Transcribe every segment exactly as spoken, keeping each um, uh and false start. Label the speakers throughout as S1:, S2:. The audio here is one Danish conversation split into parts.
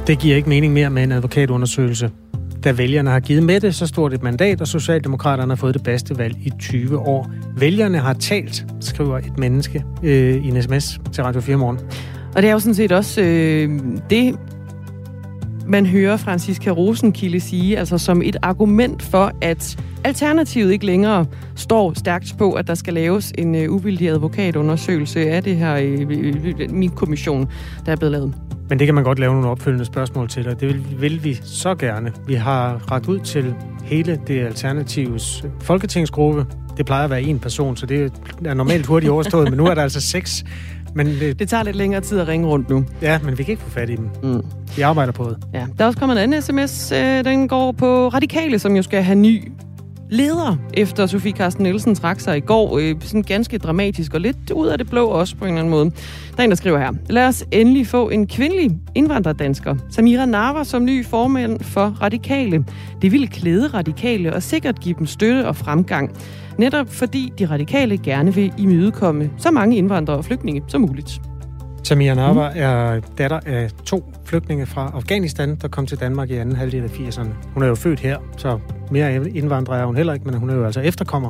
S1: Det giver ikke mening mere med en advokatundersøgelse. Da vælgerne har givet Mette så stort et mandat, og Socialdemokraterne har fået det bedste valg i tyve år. Vælgerne har talt, skriver et menneske øh, i en sms til Radio fire Morgen.
S2: Og det er jo sådan set også øh, det, man hører Franciska Rosenkilde sige, altså som et argument for, at Alternativet ikke længere står stærkt på, at der skal laves en øh, uvildig advokatundersøgelse af det her øh, min kommission, der er blevet lavet.
S1: Men det kan man godt lave nogle opfølgende spørgsmål til, og det vil, vil vi så gerne. Vi har rakt ud til hele det Alternativs folketingsgruppe. Det plejer at være en person, så det er normalt hurtigt overstået, men nu er der altså seks. Men det,
S2: det tager lidt længere tid at ringe rundt nu.
S1: Ja, men vi kan ikke få fat i dem. Mm. Vi arbejder på det.
S2: Ja. Der er også kommet en anden sms. Den går på Radikale, som jo skal have ny leder, efter Sofie Carsten Nielsen trak sig i går. Øh, sådan ganske dramatisk og lidt ud af det blå også på en eller anden måde. Der er en, der skriver her: lad os endelig få en kvindelig indvandrerdansker, Samira Nawa, som ny formand for Radikale. Det ville klæde Radikale og sikkert give dem støtte og fremgang. Netop fordi de Radikale gerne vil imødekomme så mange indvandrere og flygtninge som muligt.
S1: Samira Nawa mm. er datter af to flygtninge fra Afghanistan, der kom til Danmark i anden halvdel af firserne. Hun er jo født her, så mere indvandrer er hun heller ikke, men hun er jo altså efterkommer.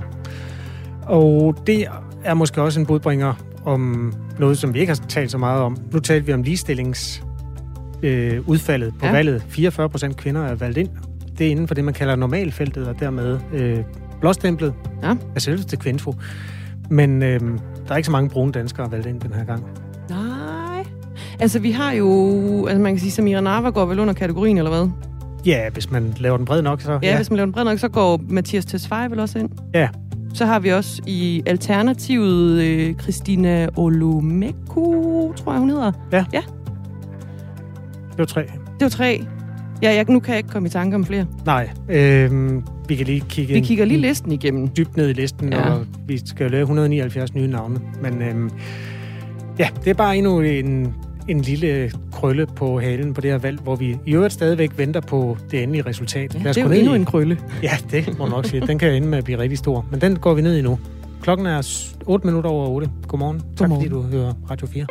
S1: Og det er måske også en budbringer om noget, som vi ikke har talt så meget om. Nu talte vi om ligestillingsudfaldet øh, på ja. valget. fireogfyrre procent kvinder er valgt ind. Det er inden for det, man kalder normalfeltet, og dermed øh, blåstemplet ja. af selveste Kvinfo. Men øh, der er ikke så mange brune danskere valgt ind den her gang.
S2: Nej. Altså, vi har jo... Altså, man kan sige, Samira Nawa går vel under kategorien, eller hvad?
S1: Ja, hvis man laver den bred nok, så...
S2: Ja, ja. hvis man laver den bred nok, så går Mathias Tesfaye vel også ind?
S1: Ja.
S2: Så har vi også i Alternativet øh, Christina Olumeko, tror jeg, hun hedder.
S1: Ja.
S2: Ja.
S1: Det var tre.
S2: Det var tre. Ja, jeg, nu kan jeg ikke komme i tanke om flere.
S1: Nej, øh, vi kan lige kigge...
S2: Vi kigger lige listen igennem.
S1: Dybt ned i listen, ja. Og vi skal lave et hundrede og nioghalvfjerds nye navne. Men øh, ja, det er bare endnu en... en lille krølle på halen på det her valg, hvor vi i øvrigt stadigvæk venter på det endelige resultat.
S2: Ja, det er jo endnu en krølle.
S1: Ja, det må nok sige. Den kan ende med at blive rigtig stor. Men den går vi ned i nu. Klokken er otte minutter over otte. Godmorgen. Tak Godmorgen. Fordi du hører Radio fire.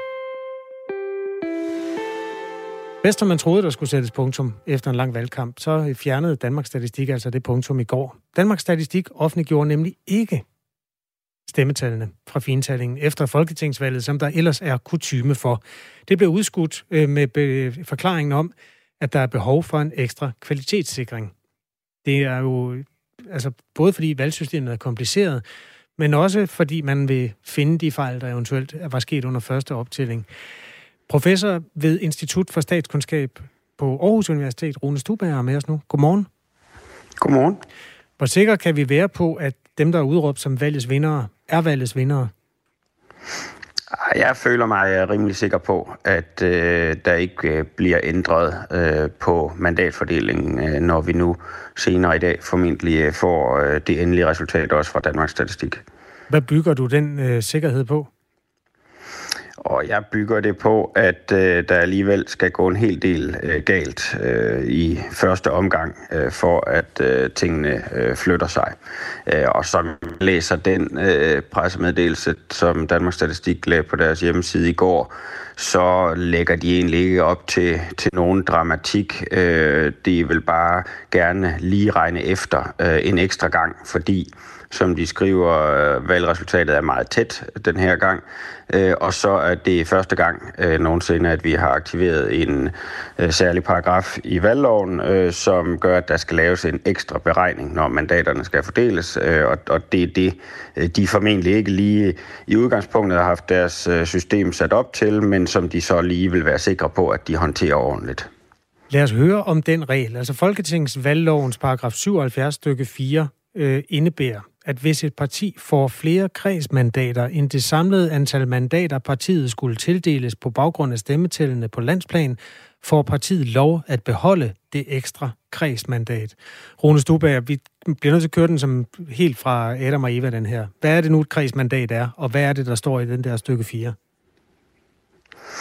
S1: Bedst som man troede, der skulle sættes punktum efter en lang valgkamp, så fjernede Danmarks Statistik altså det punktum i går. Danmarks Statistik offentliggjorde nemlig ikke stemmetallene fra fintallingen efter folketingsvalget, som der ellers er kutyme for. Det blev udskudt øh, med be- forklaringen om, at der er behov for en ekstra kvalitetssikring. Det er jo altså både fordi valgsystemet er kompliceret, men også fordi man vil finde de fejl, der eventuelt var sket under første optælling. Professor ved Institut for Statskundskab på Aarhus Universitet, Rune Stubager, er med os nu. Godmorgen.
S3: Godmorgen.
S1: Hvor sikker kan vi være på, at dem, der er udråbt som valgets vindere, er valgets vindere?
S3: Jeg føler mig rimelig sikker på, at øh, der ikke øh, bliver ændret øh, på mandatfordelingen, øh, når vi nu senere i dag formentlig øh, får øh, det endelige resultat også fra Danmarks Statistik.
S1: Hvad bygger du den øh, sikkerhed på?
S3: Og jeg bygger det på, at øh, der alligevel skal gå en hel del øh, galt øh, i første omgang, øh, for at øh, tingene øh, flytter sig. Øh, og som læser den øh, pressemeddelelse, som Danmarks Statistik lagde på deres hjemmeside i går, så lægger de egentlig ikke op til, til nogen dramatik. Øh, de vil bare gerne lige regne efter øh, en ekstra gang, fordi som de skriver, valgresultatet er meget tæt den her gang, og så er det første gang nogensinde, at vi har aktiveret en særlig paragraf i valgloven, som gør, at der skal laves en ekstra beregning, når mandaterne skal fordeles, og det er det, de formentlig ikke lige i udgangspunktet har haft deres system sat op til, men som de så lige vil være sikre på, at de håndterer ordentligt.
S1: Lad os høre om den regel. Altså Folketingsvalglovens paragraf syvoghalvfjerds stykke fire øh, indebærer, at hvis et parti får flere kredsmandater end det samlede antal mandater, partiet skulle tildeles på baggrund af stemmetællene på landsplan, får partiet lov at beholde det ekstra kredsmandat. Rune Stubager, vi bliver nødt til at køre den som helt fra Adam og Eva, den her. Hvad er det nu, et kredsmandat er, og hvad er det, der står i den der stykke fire?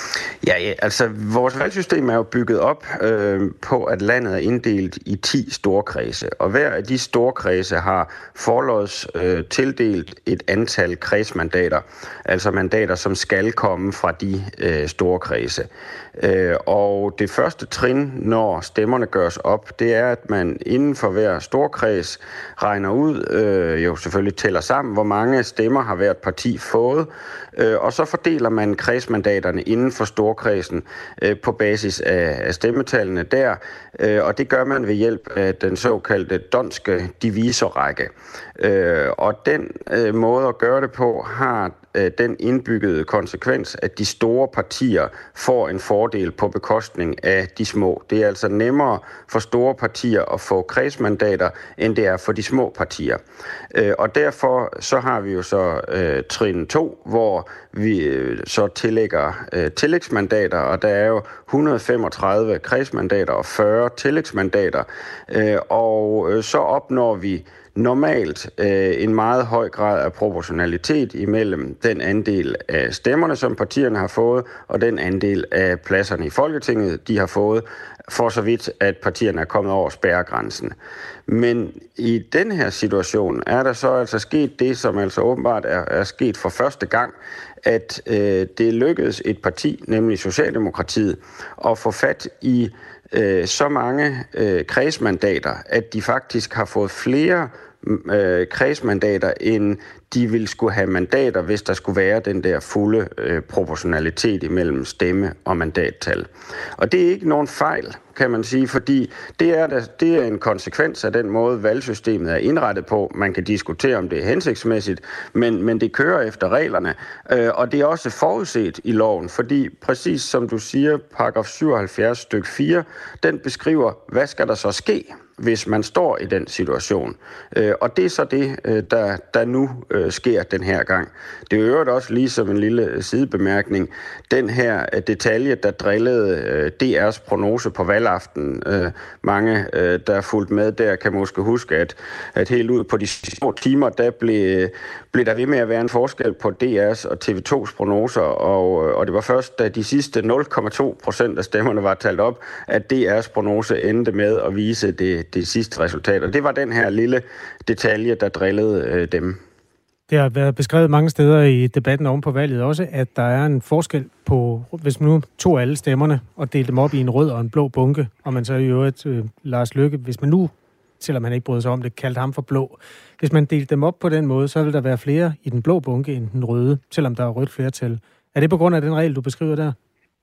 S3: Ja, ja, altså vores valgsystem er jo bygget op øh, på, at landet er inddelt i ti storkredse, og hver af de storkredse har forlods øh, tildelt et antal kredsmandater, altså mandater, som skal komme fra de øh, storkredse. Øh, og det første trin, når stemmerne gøres op, det er, at man inden for hver storkreds regner ud, øh, jo selvfølgelig tæller sammen, hvor mange stemmer har hvert parti fået, øh, og så fordeler man kredsmandaterne inden for storkredsen øh, på basis af, af stemmetallene der, øh, og det gør man ved hjælp af den såkaldte d'Hondtske divisorrække. Øh, og den øh, måde at gøre det på har øh, den indbyggede konsekvens, at de store partier får en fordel på bekostning af de små. Det er altså nemmere for store partier at få kredsmandater, end det er for de små partier. Øh, og derfor så har vi jo så øh, trin to, hvor vi øh, så tillægger øh, tillægsmandater, og der er jo et hundrede og femogtredive kredsmandater og fyrre tillægsmandater, øh, og øh, så opnår vi normalt øh, en meget høj grad af proportionalitet imellem den andel af stemmerne, som partierne har fået, og den andel af pladserne i Folketinget, de har fået, for så vidt, at partierne er kommet over spærregrænsen. Men i den her situation er der så altså sket det, som altså åbenbart er, er sket for første gang, at øh, det lykkedes et parti, nemlig Socialdemokratiet, at få fat i øh, så mange øh, kredsmandater, at de faktisk har fået flere øh, kredsmandater, end de ville skulle have mandater, hvis der skulle være den der fulde øh, proportionalitet imellem stemme og mandattal. Og det er ikke nogen fejl, kan man sige, fordi det er, det er en konsekvens af den måde, valgsystemet er indrettet på. Man kan diskutere, om det er hensigtsmæssigt, men, men det kører efter reglerne. Øh, og det er også forudset i loven, fordi præcis som du siger, paragraf syvoghalvfjerds stykke fire, den beskriver, hvad skal der så ske, hvis man står i den situation. Øh, og det er så det, øh, der, der nu øh, sker den her gang. Det er jo også lige som en lille sidebemærkning. Den her øh, detalje, der drillede øh, D R's prognose på valgaften. Øh, mange, øh, der er fulgt med der, kan måske huske, at, at helt ud på de små timer, der blev, blev der ved med at være en forskel på D R's og T V to's prognoser, og, og det var først, da de sidste nul komma to procent af stemmerne var talt op, at D R's prognose endte med at vise det det sidste resultat. Og det var den her lille detalje, der drillede øh, dem.
S1: Det har været beskrevet mange steder i debatten oven på valget også, at der er en forskel på, hvis man nu tog alle stemmerne og delte dem op i en rød og en blå bunke, og man så i øvrigt øh, Lars Løkke, hvis man nu, selvom han ikke brød sig om det, kaldte ham for blå. Hvis man delte dem op på den måde, så vil der være flere i den blå bunke end den røde, selvom der er rødt flertal. Er det på grund af den regel, du beskriver der?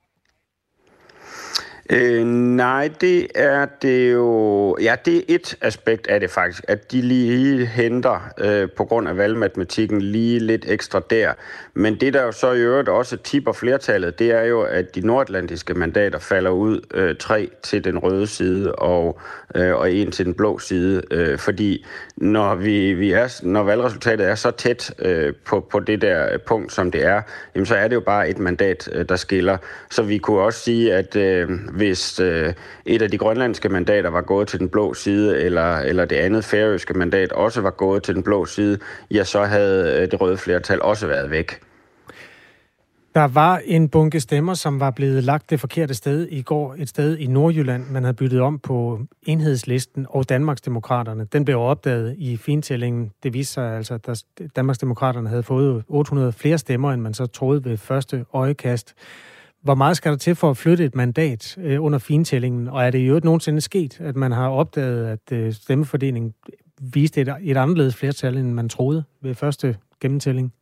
S3: Øh, nej, det er det jo... Ja, det er et aspekt af det faktisk, at de lige henter øh, på grund af valgmatematikken lige lidt ekstra der. Men det, der jo så i øvrigt også tipper flertallet, det er jo, at de nordatlantiske mandater falder ud øh, tre til den røde side og, øh, og en til den blå side. Øh, fordi når, vi, vi er, når valgresultatet er så tæt øh, på, på det der punkt, som det er, jamen, så er det jo bare et mandat, øh, der skiller. Så vi kunne også sige, at... Øh, hvis øh, et af de grønlandske mandater var gået til den blå side, eller, eller det andet færøske mandat også var gået til den blå side, ja, så havde øh, det røde flertal også været væk.
S1: Der var en bunke stemmer, som var blevet lagt det forkerte sted i går, et sted i Nordjylland. Man havde byttet om på Enhedslisten og Danmarksdemokraterne. Den blev opdaget i fintællingen. Det viste sig altså, at Danmarksdemokraterne havde fået otte hundrede flere stemmer, end man så troede ved første øjekast. Hvor meget skal der til for at flytte et mandat øh, under fintællingen? Og er det jo nogensinde sket, at man har opdaget, at øh, stemmefordelingen viste et, et anderledes flertal, end man troede ved første gennemtælling?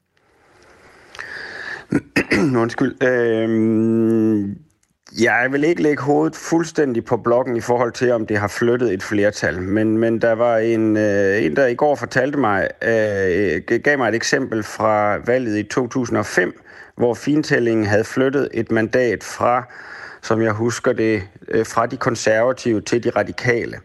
S3: Undskyld. Øh, jeg vil ikke lægge hovedet fuldstændig på blokken i forhold til, om det har flyttet et flertal. Men, men der var en, øh, en, der i går fortalte mig, øh, gav mig et eksempel fra valget i to tusind og fem, hvor fintællingen havde flyttet et mandat fra, som jeg husker det, fra de konservative til de radikale.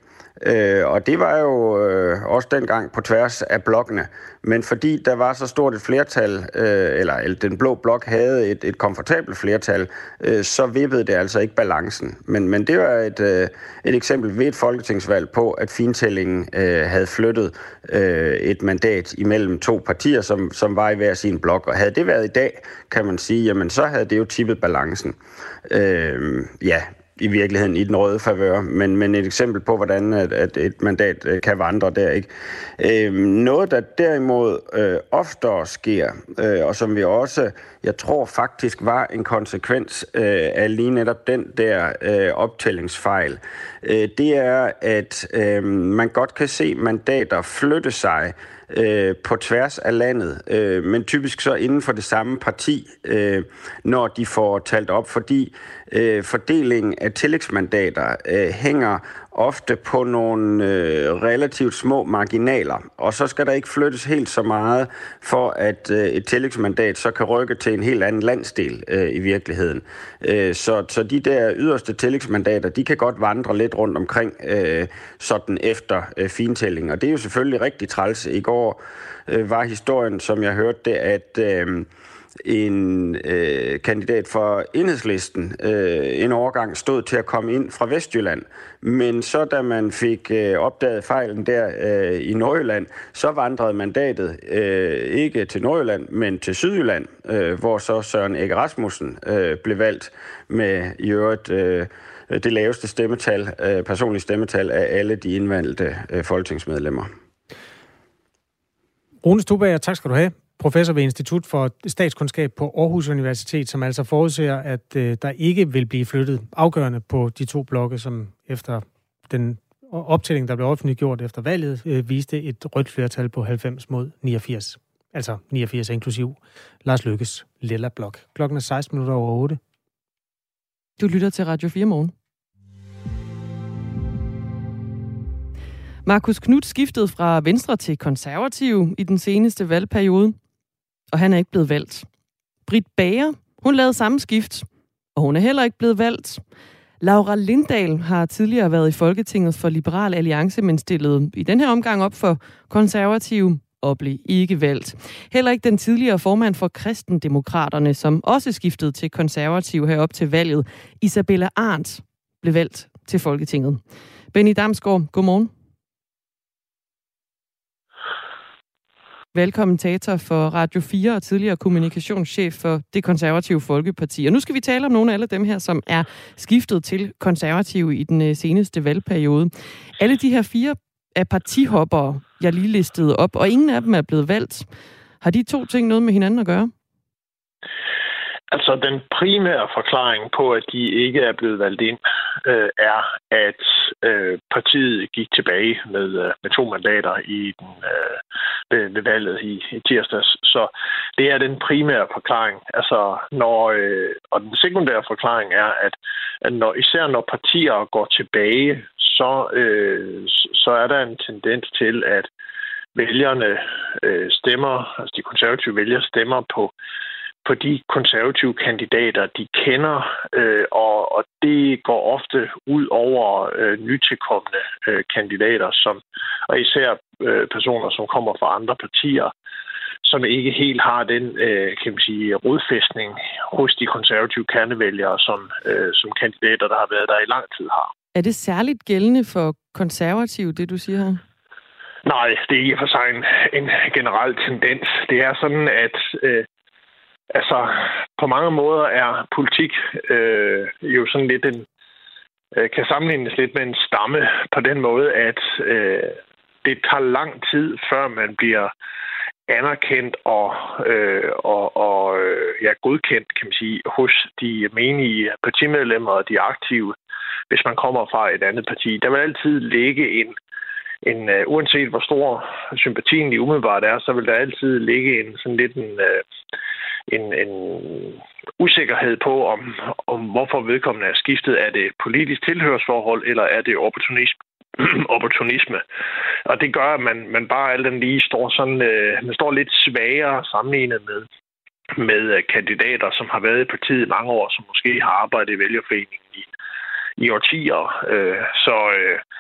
S3: Øh, og det var jo øh, også dengang på tværs af blokkene. Men fordi der var så stort et flertal, øh, eller, eller den blå blok havde et, et komfortabelt flertal, øh, så vippede det altså ikke balancen. Men, men det var et, øh, et eksempel ved et folketingsvalg på, at fintællingen øh, havde flyttet øh, et mandat imellem to partier, som, som var i hver sin blok. Og havde det været i dag, kan man sige, jamen så havde det jo tippet balancen. Øh, ja, i virkeligheden i den røde favør, men, men et eksempel på, hvordan at, at et mandat øh, kan vandre der, ikke? Øh, noget, der derimod øh, oftere sker, øh, og som vi også, jeg tror faktisk var en konsekvens øh, af lige netop den der øh, optællingsfejl, øh, det er, at øh, man godt kan se mandater flytte sig øh, på tværs af landet, øh, men typisk så inden for det samme parti, øh, når de får talt op, fordi øh, fordelingen af tillægsmandater øh, hænger ofte på nogle øh, relativt små marginaler, og så skal der ikke flyttes helt så meget, for at øh, et tillægsmandat så kan rykke til en helt anden landsdel øh, i virkeligheden. Øh, så, så de der yderste tillægsmandater, de kan godt vandre lidt rundt omkring øh, sådan efter øh, fintælling, og det er jo selvfølgelig rigtig træls. I går øh, var historien, som jeg hørte det, at øh, en øh, kandidat for Enhedslisten øh, en overgang stod til at komme ind fra Vestjylland, men så da man fik øh, opdaget fejlen der øh, i Nordjylland, så vandrede mandatet øh, ikke til Nordjylland, men til Sydjylland, øh, hvor så Søren Egge Rasmussen øh, blev valgt med i øvrigt øh, det laveste stemmetal, øh, personlige stemmetal af alle de indvalgte øh, folketingsmedlemmer.
S1: Rune Stubager, tak skal du have. Professor ved Institut for Statskundskab på Aarhus Universitet, som altså forudser, at øh, der ikke vil blive flyttet afgørende på de to blokke, som efter den optælling, der blev offentliggjort efter valget, øh, viste et rødt flertal på halvfems mod niogfirs. Altså niogfirs inklusiv Lars Løkkes lilla blok. Klokken er seksten minutter over otte.
S2: Du lytter til Radio fire Morgen. Marcus Knuth skiftede fra Venstre til Konservative i den seneste valgperiode, og han er ikke blevet valgt. Britt Bager, hun lavede samme skift, og hun er heller ikke blevet valgt. Laura Lindahl har tidligere været i Folketinget for Liberal Alliance, men stillede i den her omgang op for Konservative og blev ikke valgt. Heller ikke den tidligere formand for Kristendemokraterne, som også skiftede til Konservative herop til valget, Isabella Arndt, blev valgt til Folketinget. Benny Damsgaard, godmorgen. Valgkommentator for Radio fire og tidligere kommunikationschef for Det Konservative Folkeparti. Og nu skal vi tale om nogle af alle dem her, som er skiftet til konservative i den seneste valgperiode. Alle de her fire er partihoppere, jeg lige listede op, og ingen af dem er blevet valgt. Har de to ting noget med hinanden at gøre?
S4: Altså, den primære forklaring på, at de ikke er blevet valgt ind, øh, er, at øh, partiet gik tilbage med, øh, med to mandater i den, øh, ved, ved valget i, i tirsdags. Så det er den primære forklaring. Altså, når, øh, og den sekundære forklaring er, at, at når, især når partier går tilbage, så, øh, så er der en tendens til, at vælgerne øh, stemmer, altså de konservative vælgere stemmer på på de konservative kandidater, de kender, øh, og, og det går ofte ud over øh, nytilkommende øh, kandidater, som, og især øh, personer, som kommer fra andre partier, som ikke helt har den øh, kan man sige, rodfæstning hos de konservative kernevælgere, som, øh, som kandidater, der har været der i lang tid har. Er
S2: det særligt gældende for konservative, det du siger her?
S4: Nej, det er i og for sig en, en generel tendens. Det er sådan, at øh, Altså, på mange måder er politik øh, jo sådan lidt en, øh, kan sammenlignes lidt med en stamme på den måde, at øh, det tager lang tid, før man bliver anerkendt og, øh, og, og ja, godkendt, kan man sige, hos de menige partimedlemmer og de aktive, hvis man kommer fra et andet parti. Der vil altid ligge en, en uh, uanset hvor stor sympatien lige umiddelbart er, så vil der altid ligge en sådan lidt en... Uh, En, en usikkerhed på, om, om hvorfor vedkommende er skiftet. Er det politisk tilhørsforhold, eller er det opportunisme? opportunisme. Og det gør, at man, man bare alt den lige står sådan, øh, man står lidt svagere sammenlignet med, med kandidater, som har været i partiet i mange år, som måske har arbejdet i vælgerforeningen i, i årtier. Øh, så, øh,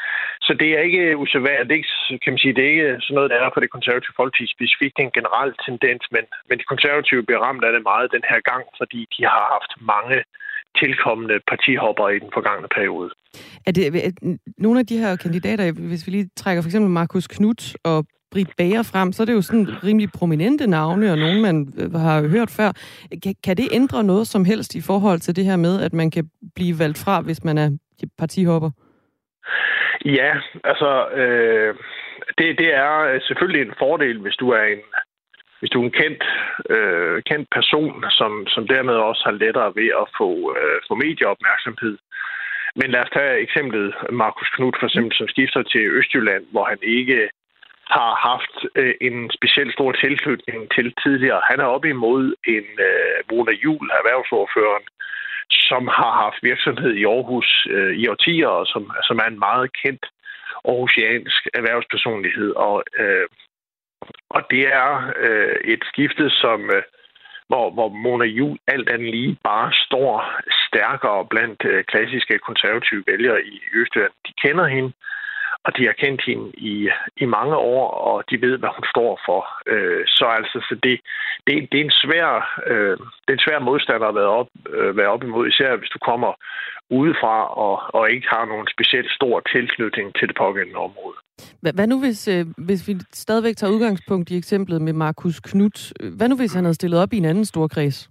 S4: så det er ikke usædvanligt. Det er ikke, kan man sige, det er ikke sådan noget, der er på det konservative Folkeparti specifikt. Det er en generel tendens, men, men de konservative bliver ramt af det meget den her gang, fordi de har haft mange tilkommende partihopper i den forgangne periode. Er det er
S2: nogle af de her kandidater, hvis vi lige trækker for eksempel Marcus Knuth og Britt Bager frem, så er det jo sådan rimelig prominente navne, og nogen, man har hørt før. Kan, kan det ændre noget som helst i forhold til det her med, at man kan blive valgt fra, hvis man er partihopper?
S4: Ja, altså, øh, det, det er selvfølgelig en fordel, hvis du er en, hvis du er en kendt, øh, kendt person, som, som dermed også har lettere ved at få, øh, få medieopmærksomhed. Men lad os tage eksemplet Marcus Knuth, for eksempel, som skifter til Østjylland, hvor han ikke har haft øh, en specielt stor tilknytning til tidligere. Han er oppe imod en øh, Mona Juul, erhvervsordføreren, som har haft virksomhed i Aarhus øh, i årtier, og som, som er en meget kendt aarhusiansk erhvervspersonlighed. Og, øh, og det er øh, et skifte, som, øh, hvor, hvor Mona Juul alt andet lige bare står stærkere blandt øh, klassiske konservative vælgere i Østjylland. De kender hende, og de har kendt hende i, i mange år, og de ved, hvad hun står for. Øh, så altså, så det, det, det, er en svær, øh, det er en svær modstander at være op, øh, være op imod, især hvis du kommer udefra og, og ikke har nogen specielt stor tilknytning til det pågældende område.
S2: Hvad, hvad nu, hvis, øh, hvis vi stadigvæk tager udgangspunkt i eksemplet med Marcus Knuth? Hvad nu, hvis han havde stillet op i en anden stor kreds?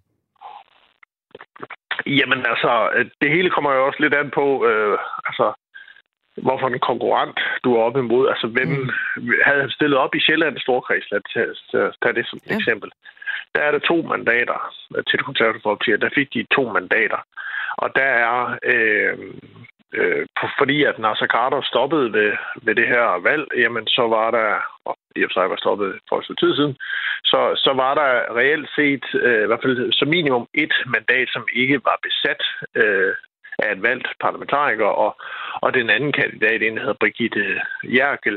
S4: Jamen altså, det hele kommer jo også lidt an på, øh, altså, hvorfor en konkurrent du er op imod. Altså, hvem mm. havde han stillet op i Sjælland Storkreds? Lad os tage det som et ja. eksempel. Der er der to mandater til det konservative Folkeparti, der fik de to mandater. Og der er, øh, øh, fordi at Naser Khader stoppede ved, ved det her valg, jamen så var der, og i og for sig var stoppet for et tid siden, så, så var der reelt set, øh, i hvert fald som minimum et mandat, som ikke var besat øh, af et valgt parlamentariker, og, og den anden kandidat, den hedder Brigitte Jerkel,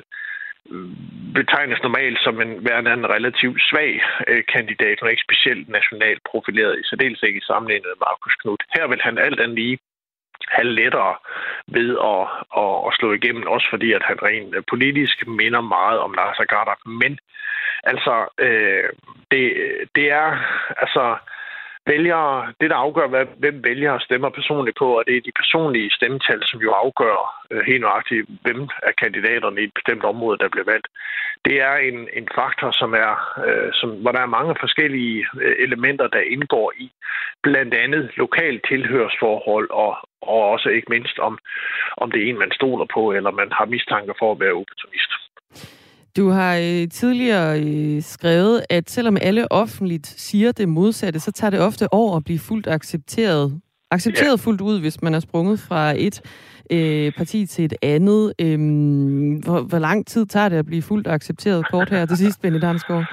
S4: betegnes normalt som en værende en relativt svag øh, kandidat, og ikke specielt nationalt profileret, i særdeles ikke i sammenligning med Marcus Knuth. Her vil han alt andet lige have lettere ved at, at, at slå igennem, også fordi at han rent politisk minder meget om Naser Khader. Men altså, øh, det, det er altså vælgere, det der afgør, hvad, hvem vælgere stemmer personligt på, og det er de personlige stemmetal, som jo afgør øh, helt nøjagtigt, hvem af kandidaterne i et bestemt område, der bliver valgt. Det er en, en faktor, som er, øh, som, hvor der er mange forskellige øh, elementer, der indgår i, blandt andet lokal tilhørsforhold, og, og også ikke mindst om, om det er en, man stoler på, eller man har mistanker for at være opportunist.
S2: Du har øh, tidligere øh, skrevet, at selvom alle offentligt siger det modsatte, så tager det ofte år at blive fuldt accepteret. Accepteret ja. fuldt ud, hvis man er sprunget fra et øh, parti til et andet. Øhm, hvor, hvor lang tid tager det at blive fuldt accepteret? Kort her til sidst, Benny Damsgaard.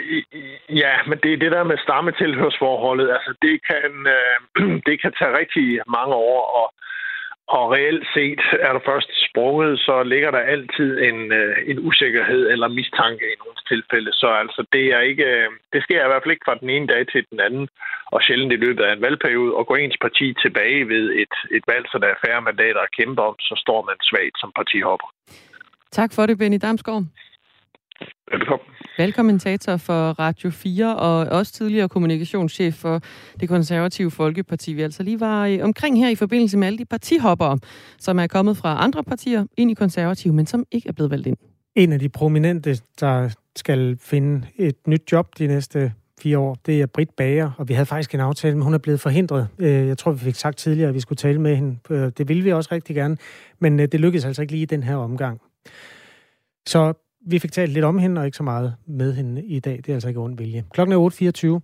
S4: Ja, men det er det der med stammetilhørsforholdet. Altså, det kan, øh, det kan tage rigtig mange år, og Og reelt set er der først sprunget, så ligger der altid en, en usikkerhed eller mistanke i nogle tilfælde. Så altså, det er ikke, det sker i hvert fald ikke fra den ene dag til den anden, og sjældent i løbet af en valgperiode. Og går ens parti tilbage ved et, et valg, så der er færre mandater at kæmpe om, så står man svagt som partihopper.
S2: Tak for det, Benny Damsgaard.
S4: Velkommen.
S2: Valgkommentator for Radio fire, og også tidligere kommunikationschef for Det Konservative Folkeparti. Vi altså lige var omkring her i forbindelse med alle de partihoppere, som er kommet fra andre partier ind i Konservative, men som ikke er blevet valgt ind.
S1: En af de prominente, der skal finde et nyt job de næste fire år, det er Britt Bager, og vi havde faktisk en aftale, men hun er blevet forhindret. Jeg tror, vi fik sagt tidligere, at vi skulle tale med hende. Det ville vi også rigtig gerne, men det lykkedes altså ikke lige i den her omgang. Så vi fik talt lidt om hende, og ikke så meget med hende i dag. Det er altså ikke ond vilje. Klokken er otte fireogtyve.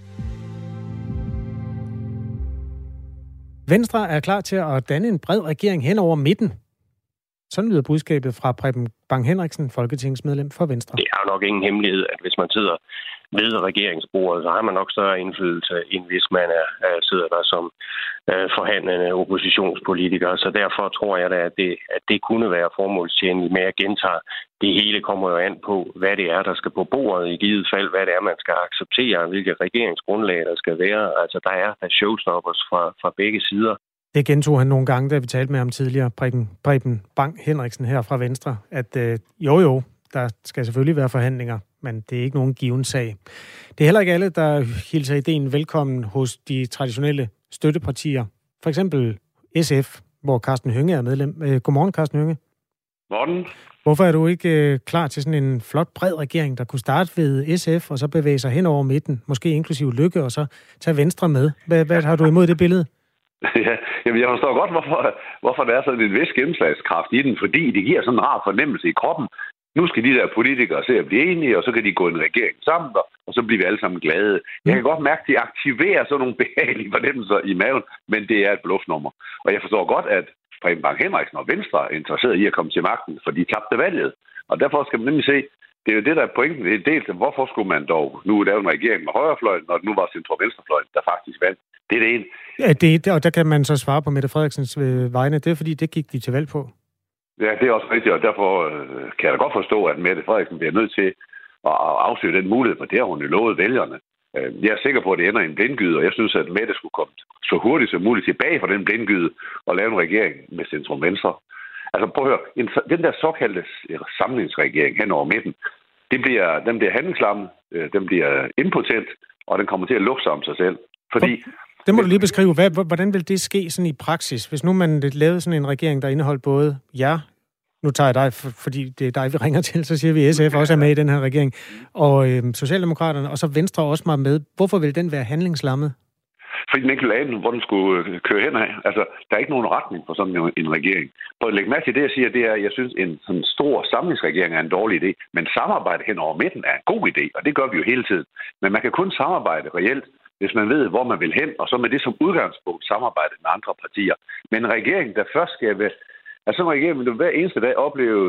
S1: Venstre er klar til at danne en bred regering hen over midten. Sådan lyder budskabet fra Preben Bang Henriksen, folketingsmedlem for Venstre.
S5: Det er jo nok ingen hemmelighed, at hvis man sidder ved regeringsbordet, så har man nok større indflydelse, end hvis man er, sidder der som uh, forhandlende oppositionspolitiker. Så derfor tror jeg da, at det, at det kunne være formålstjenligt med at gentage. Det hele kommer jo an på, hvad det er, der skal på bordet i givet fald, hvad det er, man skal acceptere, hvilket regeringsgrundlag der skal være. Altså, der er der showstoppers fra, fra begge sider.
S1: Det gentog han nogle gange, da vi talte med ham tidligere, Preben, Preben Bang Henriksen her fra Venstre, at øh, jo jo, der skal selvfølgelig være forhandlinger, men det er ikke nogen given sag. Det er heller ikke alle, der hilser ideen velkommen hos de traditionelle støttepartier. For eksempel S F, hvor Karsten Hønge er medlem. Godmorgen, Karsten Hønge.
S6: Morgen.
S1: Hvorfor er du ikke øh, klar til sådan en flot, bred regering, der kunne starte ved S F, og så bevæge sig hen over midten, måske inklusive Lykke, og så tage Venstre med? Hvad, hvad har du imod det billede?
S6: Ja, jamen jeg forstår godt, hvorfor, hvorfor der er sådan en vis gennemslagskraft i den, fordi det giver sådan en rar fornemmelse i kroppen. Nu skal de der politikere se at blive enige, og så kan de gå i en regering sammen, og så bliver vi alle sammen glade. Jeg kan godt mærke, at de aktiverer sådan nogle behagelige fornemmelser i maven, men det er et bluffnummer. Og jeg forstår godt, at Preben Bang Henriksen og Venstre er interesseret i at komme til magten, for de tabte valget. Og derfor skal man nemlig se, det er jo det, der er pointen. Det er dels, hvorfor skulle man dog nu lave en regering med højrefløjen, når det nu var centrum-venstrefløjen, der faktisk vandt. Det er det ene.
S1: Ja, det, og der kan man så svare på Mette Frederiksens vegne. Det er fordi, det gik de til valg på.
S6: Ja, det er også rigtigt, og derfor øh, kan jeg da godt forstå, at Mette Frederiksen bliver nødt til at afsøge den mulighed, for det har hun jo lovet vælgerne. Jeg er sikker på, at det ender i en blindgyde, og jeg synes, at Mette skulle komme så hurtigt som muligt tilbage fra den blindgyde og lave en regering med centrum venstre. Altså prøv at høre, en, den der såkaldte samlingsregering hen over midten, det bliver, den bliver handlingslammet, den bliver impotent, og den kommer til at lukke sig om sig selv. Fordi
S1: det må du lige beskrive. Hvad, hvordan vil det ske sådan i praksis, hvis nu man lavede sådan en regering, der indeholdt både jer, nu tager jeg dig, fordi det er dig, vi ringer til, så siger vi, at S F også er med i den her regering, og øh, Socialdemokraterne, og så Venstre også var med. Hvorfor vil den være handlingslammet?
S6: Fordi den ikke lagde den, hvor den skulle køre hen af. Altså, der er ikke nogen retning for sådan en regering. På at lægge mærke til det, jeg siger, det er, at jeg synes, en sådan stor samlingsregering er en dårlig idé, men samarbejde hen over midten er en god idé, og det gør vi jo hele tiden. Men man kan kun samarbejde reelt, hvis man ved, hvor man vil hen, og så med det som udgangspunkt samarbejde med andre partier. Men en regering, der først skal være... Altså sådan en regering vil hver eneste dag opleve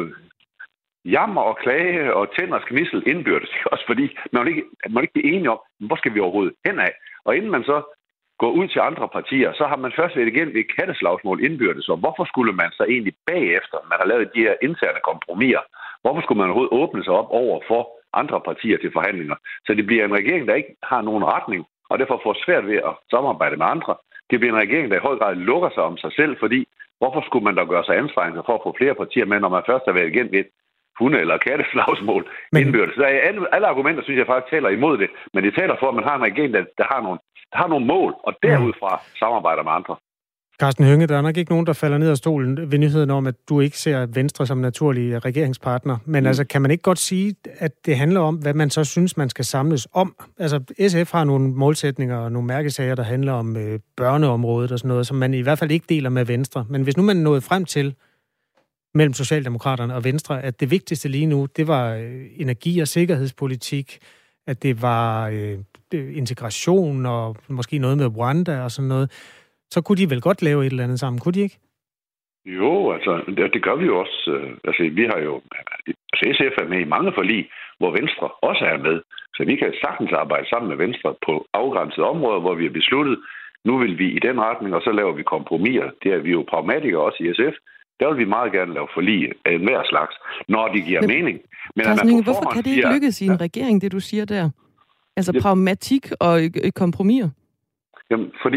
S6: jammer og klage og tænders gnissel indbyrdes. Også fordi man ikke, man ikke bliver enige om, hvor skal vi overhovedet hen af. Og inden man så går ud til andre partier, så har man først været igen ved et katteslagsmål indbyrdes. Og hvorfor skulle man så egentlig bagefter, man har lavet de her interne kompromiser, hvorfor skulle man overhovedet åbne sig op over for andre partier til forhandlinger? Så det bliver en regering, der ikke har nogen retning, og derfor får svært ved at samarbejde med andre. Det bliver en regering, der i høj grad lukker sig om sig selv, fordi hvorfor skulle man da gøre sig anstrengelser for at få flere partier med, når man først har været igen ved et hunde- eller katteslagsmål indbyrdes? Så alle, alle argumenter, synes jeg faktisk, taler imod det, men det taler for, at man har en regering, der, der, har, nogle, der har nogle mål, og derudfra samarbejder med andre.
S1: Karsten Hønge, der er nok ikke nogen, der falder ned af stolen ved nyheden om, at du ikke ser Venstre som naturlig regeringspartner. Men mm. altså, kan man ikke godt sige, at det handler om, hvad man så synes, man skal samles om? Altså, S F har nogle målsætninger og nogle mærkesager, der handler om øh, børneområdet og sådan noget, som man i hvert fald ikke deler med Venstre. Men hvis nu man nåede frem til, mellem Socialdemokraterne og Venstre, at det vigtigste lige nu, det var øh, energi- og sikkerhedspolitik, at det var øh, integration og måske noget med Rwanda og sådan noget, så kunne de vel godt lave et eller andet sammen, kunne de ikke?
S6: Jo, altså, det, det gør vi jo også. Altså, vi har jo... Altså, S F er med i mange forlig, hvor Venstre også er med. Så vi kan sagtens arbejde sammen med Venstre på afgrænsede områder, hvor vi har besluttet, nu vil vi i den retning, og så laver vi kompromiser. Det er vi jo pragmatikere også i S F. Der vil vi meget gerne lave forlig af enhver slags, når det giver men, mening. Men
S2: Karsten Hønge, hvorfor kan det ikke siger, lykkes i en ja. regering, det du siger der? Altså ja. pragmatik og kompromiser? Jamen, fordi...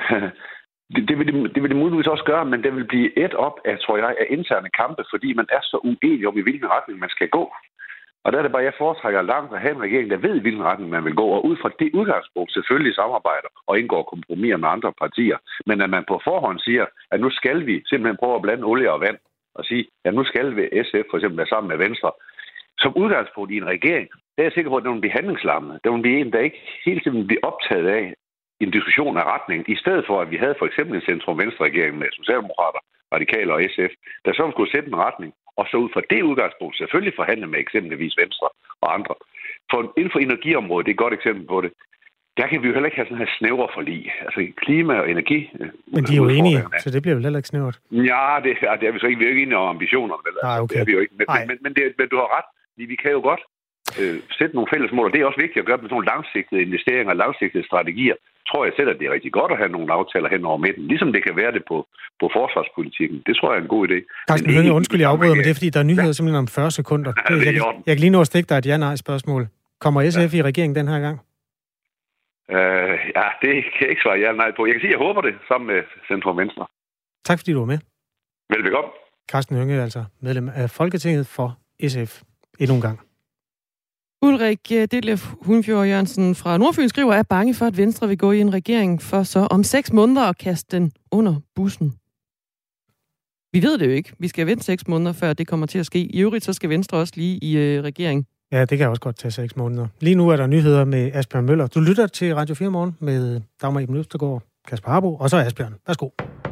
S6: Det, det, vil det, det vil det muligvis også gøre, men det vil blive et op af, tror jeg, af interne kampe, fordi man er så uenig om, i hvilken retning man skal gå. Og der er det bare, jeg foretrækker langt at have en regering, der ved, i hvilken retning man vil gå, og ud fra det udgangspunkt selvfølgelig samarbejder og indgår kompromiser med andre partier. Men at man på forhånd siger, at nu skal vi simpelthen prøve at blande olie og vand, og sige, at nu skal vi S F for eksempel være sammen med Venstre. Som udgangspunkt i en regering, der er jeg sikker på, at den vil blive handlingslammet. Der vil blive en, der ikke hele tiden bliver optaget af en diskussion af retning, i stedet for, at vi havde for eksempel en centrum-venstre-regering med Socialdemokrater, Radikale og S F, der så skulle sætte en retning, og så ud fra det udgangspunkt selvfølgelig forhandle med eksempelvis Venstre og andre. For inden for energiområdet, det er et godt eksempel på det, der kan vi jo heller ikke have sådan her snævre forlig. Altså klima og energi.
S1: Men de er jo enige, så det bliver jo heller ikke snævert.
S6: Ja, det, ja, det er vi så ikke. Vi er jo ikke enige om ambitioner. Vel?
S1: Nej, okay.
S6: Det er vi jo ikke. Men, men, men, det, men du har ret. Vi kan jo godt øh, sætte nogle fælles mål, og det er også vigtigt at gøre med sådan nogle langsigtede investeringer og langsigtede strategier. Tror jeg selv, at det er rigtig godt at have nogle aftaler hen over midten, ligesom det kan være det på, på forsvarspolitikken. Det tror jeg er en god idé.
S1: Carsten Hønge, undskyld, jeg afbryder, men det er, fordi der er nyheder ja. simpelthen om fyrre sekunder. Ja, jeg, jeg, jeg kan lige nå at stikke dig et ja-nej-spørgsmål. Kommer S F ja. i regeringen den her gang?
S6: Uh, ja, det kan jeg ikke svare ja eller nej på. Jeg kan sige, at jeg håber det, sammen med Centrum Venstre.
S1: Tak fordi du var med.
S6: Velbekomme.
S1: Carsten Hønge, altså medlem af Folketinget for S F. Endnu en gang.
S2: Ulrik Detlef Hunfjord Jørgensen fra Nordfyn skriver, er bange for, at Venstre vil gå i en regering for så om seks måneder at kaste den under bussen. Vi ved det jo ikke. Vi skal vente seks måneder, før det kommer til at ske. I øvrigt så skal Venstre også lige i øh, regering.
S1: Ja, det kan også godt tage seks måneder. Lige nu er der nyheder med Asbjørn Møller. Du lytter til Radio fire Morgen med Dagmar Eben Østergaard, Kasper Harbo, og så Asbjørn. Værsgo.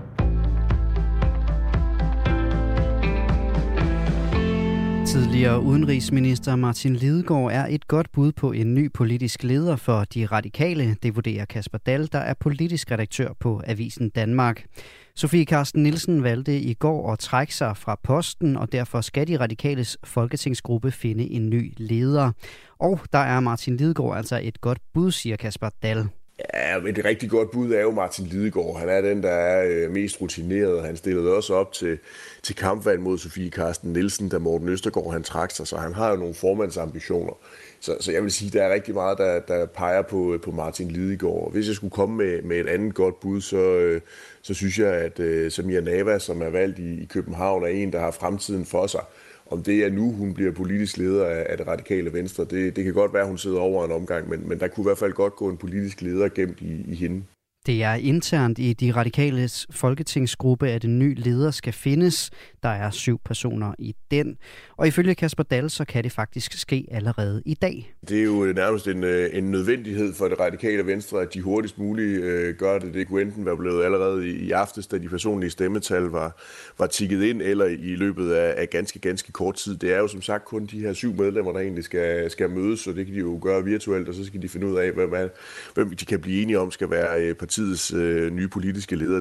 S7: Tidligere udenrigsminister Martin Lidegaard er et godt bud på en ny politisk leder for De Radikale. Det vurderer Kasper Dahl, der er politisk redaktør på Avisen Danmark. Sofie Carsten Nielsen valgte i går at trække sig fra posten, og derfor skal De Radikales folketingsgruppe finde en ny leder. Og der er Martin Lidegaard altså et godt bud, siger Kasper Dahl.
S8: Ja, men det rigtig godt bud er jo Martin Lidegaard. Han er den, der er mest rutineret. Han stillede også op til, til kampvalg mod Sofie Carsten Nielsen, da Morten Østergaard han trak sig, så han har jo nogle formandsambitioner. Så, så jeg vil sige, der er rigtig meget, der, der peger på, på Martin Lidegaard. Hvis jeg skulle komme med, med et andet godt bud, så, så synes jeg, at uh, Samira Nawa, som er valgt i, i København, er en, der har fremtiden for sig. Om det er nu, hun bliver politisk leder af, af det radikale Venstre, det, det kan godt være, at hun sidder over en omgang, men, men der kunne i hvert fald godt gå en politisk leder gemt i, i hende.
S7: Det er internt i De Radikales folketingsgruppe, at en ny leder skal findes. Der er syv personer i den. Og ifølge Kasper Dahl, så kan det faktisk ske allerede i dag.
S8: Det er jo nærmest en, en nødvendighed for det radikale Venstre, at de hurtigst muligt øh, gør det. Det kunne enten være blevet allerede i, i aftes, da de personlige stemmetal var, var tikket ind, eller i løbet af, af ganske, ganske kort tid. Det er jo som sagt kun de her syv medlemmer, der egentlig skal, skal mødes, så det kan de jo gøre virtuelt, og så skal de finde ud af, hvem, hvem de kan blive enige om skal være partiets øh, nye politiske leder.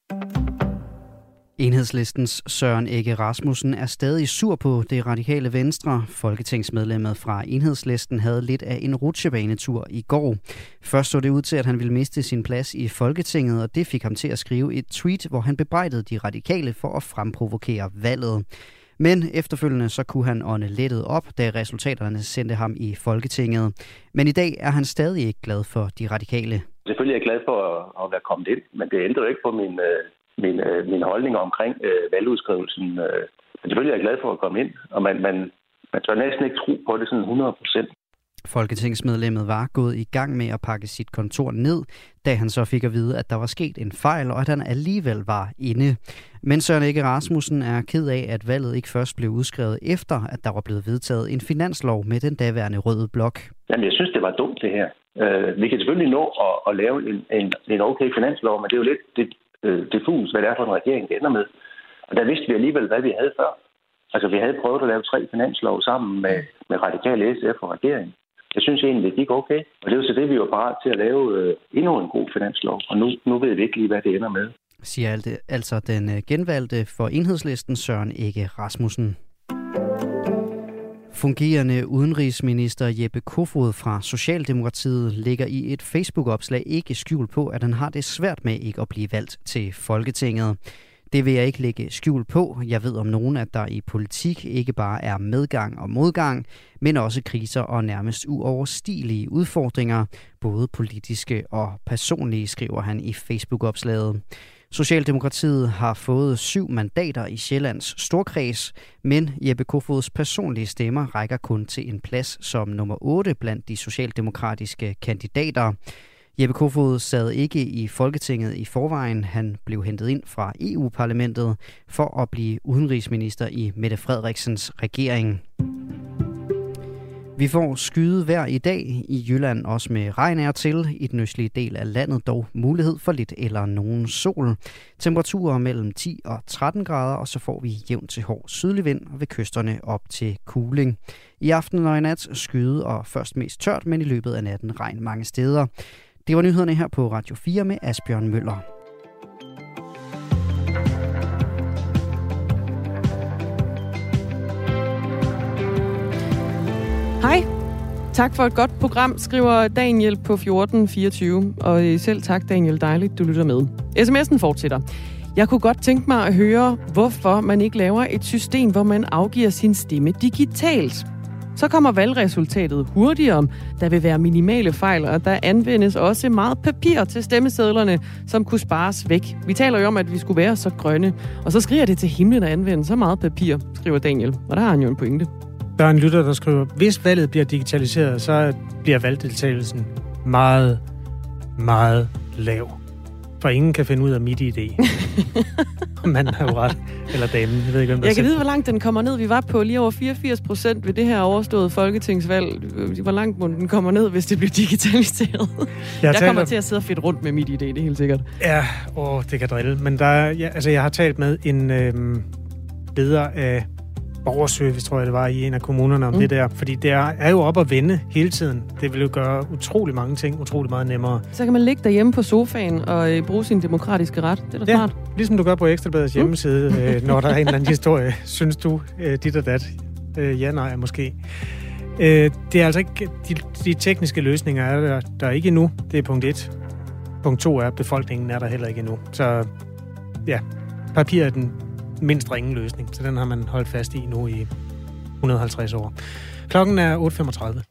S7: Enhedslistens Søren Egge Rasmussen er stadig sur på Det Radikale Venstre. Folketingsmedlemmet fra Enhedslisten havde lidt af en rutsjebanetur i går. Først så det ud til, at han ville miste sin plads i Folketinget, og det fik ham til at skrive et tweet, hvor han bebrejdede De Radikale for at fremprovokere valget. Men efterfølgende så kunne han ånde lettet op, da resultaterne sendte ham i Folketinget. Men i dag er han stadig ikke glad for De Radikale.
S5: Selvfølgelig er jeg glad for at være kommet ind, men det ændrer jo ikke på min... Min, øh, min holdning omkring øh, valgudskrivelsen. Øh. Men selvfølgelig er jeg glad for at komme ind, og man, man, man tør næsten ikke tro på det sådan hundrede procent.
S7: Folketingsmedlemmet var gået i gang med at pakke sit kontor ned, da han så fik at vide, at der var sket en fejl, og at han alligevel var inde. Men Søren Egge Rasmussen er ked af, at valget ikke først blev udskrevet efter, at der var blevet vedtaget en finanslov med den daværende røde blok.
S5: Jamen, jeg synes, det var dumt det her. Uh, vi kan selvfølgelig nå at, at lave en, en, en okay finanslov, men det er jo lidt... Det, diffus, hvad det er for en regering, det ender med. Og der vidste vi alligevel, hvad vi havde før. Altså, vi havde prøvet at lave tre finanslov sammen med, med Radikale S F og regeringen. Jeg synes egentlig, det gik okay. Og det er jo så det, vi var parat til at lave øh, endnu en god finanslov. Og nu, nu ved vi ikke lige, hvad det ender med.
S7: Siger altså den genvalgte for Enhedslisten Søren Egge Rasmussen. Fungerende udenrigsminister Jeppe Kofod fra Socialdemokratiet lægger i et Facebook-opslag ikke skjul på, at han har det svært med ikke at blive valgt til Folketinget. Det vil jeg ikke lægge skjul på. Jeg ved om nogen, at der i politik ikke bare er medgang og modgang, men også kriser og nærmest uoverstigelige udfordringer, både politiske og personlige, skriver han i Facebook-opslaget. Socialdemokratiet har fået syv mandater i Sjællands Storkreds, men Jeppe Kofods personlige stemmer rækker kun til en plads som nummer otte blandt de socialdemokratiske kandidater. Jeppe Kofod sad ikke i Folketinget i forvejen. Han blev hentet ind fra E U-parlamentet for at blive udenrigsminister i Mette Frederiksens regering. Vi får skyde vejr i dag i Jylland, også med regn er til. I den østlige del af landet dog mulighed for lidt eller nogen sol. Temperaturer mellem ti og tretten grader, og så får vi jævn til hård sydlig vind og ved kysterne op til kuling. I aften og i nat skyde og først mest tørt, men i løbet af natten regn mange steder. Det var nyhederne her på Radio fire med Asbjørn Møller.
S2: Hej. Tak for et godt program, skriver Daniel på fjorten fireogtyve. Og selv tak, Daniel. Dejligt, du lytter med. sms'en fortsætter. Jeg kunne godt tænke mig at høre, hvorfor man ikke laver et system, hvor man afgiver sin stemme digitalt. Så kommer valgresultatet hurtigere. Der vil være minimale fejl, og der anvendes også meget papir til stemmesedlerne, som kunne spares væk. Vi taler jo om, at vi skulle være så grønne, og så skriger det til himlen at anvende så meget papir, skriver Daniel. Og der har han jo en pointe.
S1: Der er en lytter, der skriver, hvis valget bliver digitaliseret, så bliver valgdeltagelsen meget, meget lav. For ingen kan finde ud af mit idé. Manden har jo ret. Eller damen. Jeg ved ikke, hvem der
S2: Jeg kan
S1: selv.
S2: vide, hvor langt den kommer ned. Vi var på lige over fireogfirs procent ved det her overståede folketingsvalg. Hvor langt må den kommer ned, hvis det bliver digitaliseret? Jeg, jeg kommer om... til at sidde og fedt rundt med mit idé, det er helt sikkert.
S1: Ja, åh, det kan drille. Men der er, ja, altså, jeg har talt med en øhm, leder af borgerservice, tror jeg det var, i en af kommunerne om mm. det der. Fordi det er, er jo op at vende hele tiden. Det vil jo gøre utrolig mange ting utrolig meget nemmere.
S2: Så kan man ligge derhjemme på sofaen og øh, bruge sin demokratiske ret. Det er da
S1: ja,
S2: smart.
S1: Ligesom du gør på Ekstrabladets hjemmeside, mm. øh, når der er en eller anden historie. Synes du, øh, dit og dat? Øh, ja, nej, måske. Øh, det er altså ikke... De, de tekniske løsninger er der, der er ikke endnu. Det er punkt et. Punkt to er, at befolkningen er der heller ikke endnu. Så ja, papir er den mindst ringe løsning, så den har man holdt fast i nu i et hundrede og halvtreds år. Klokken er otte femogtredive.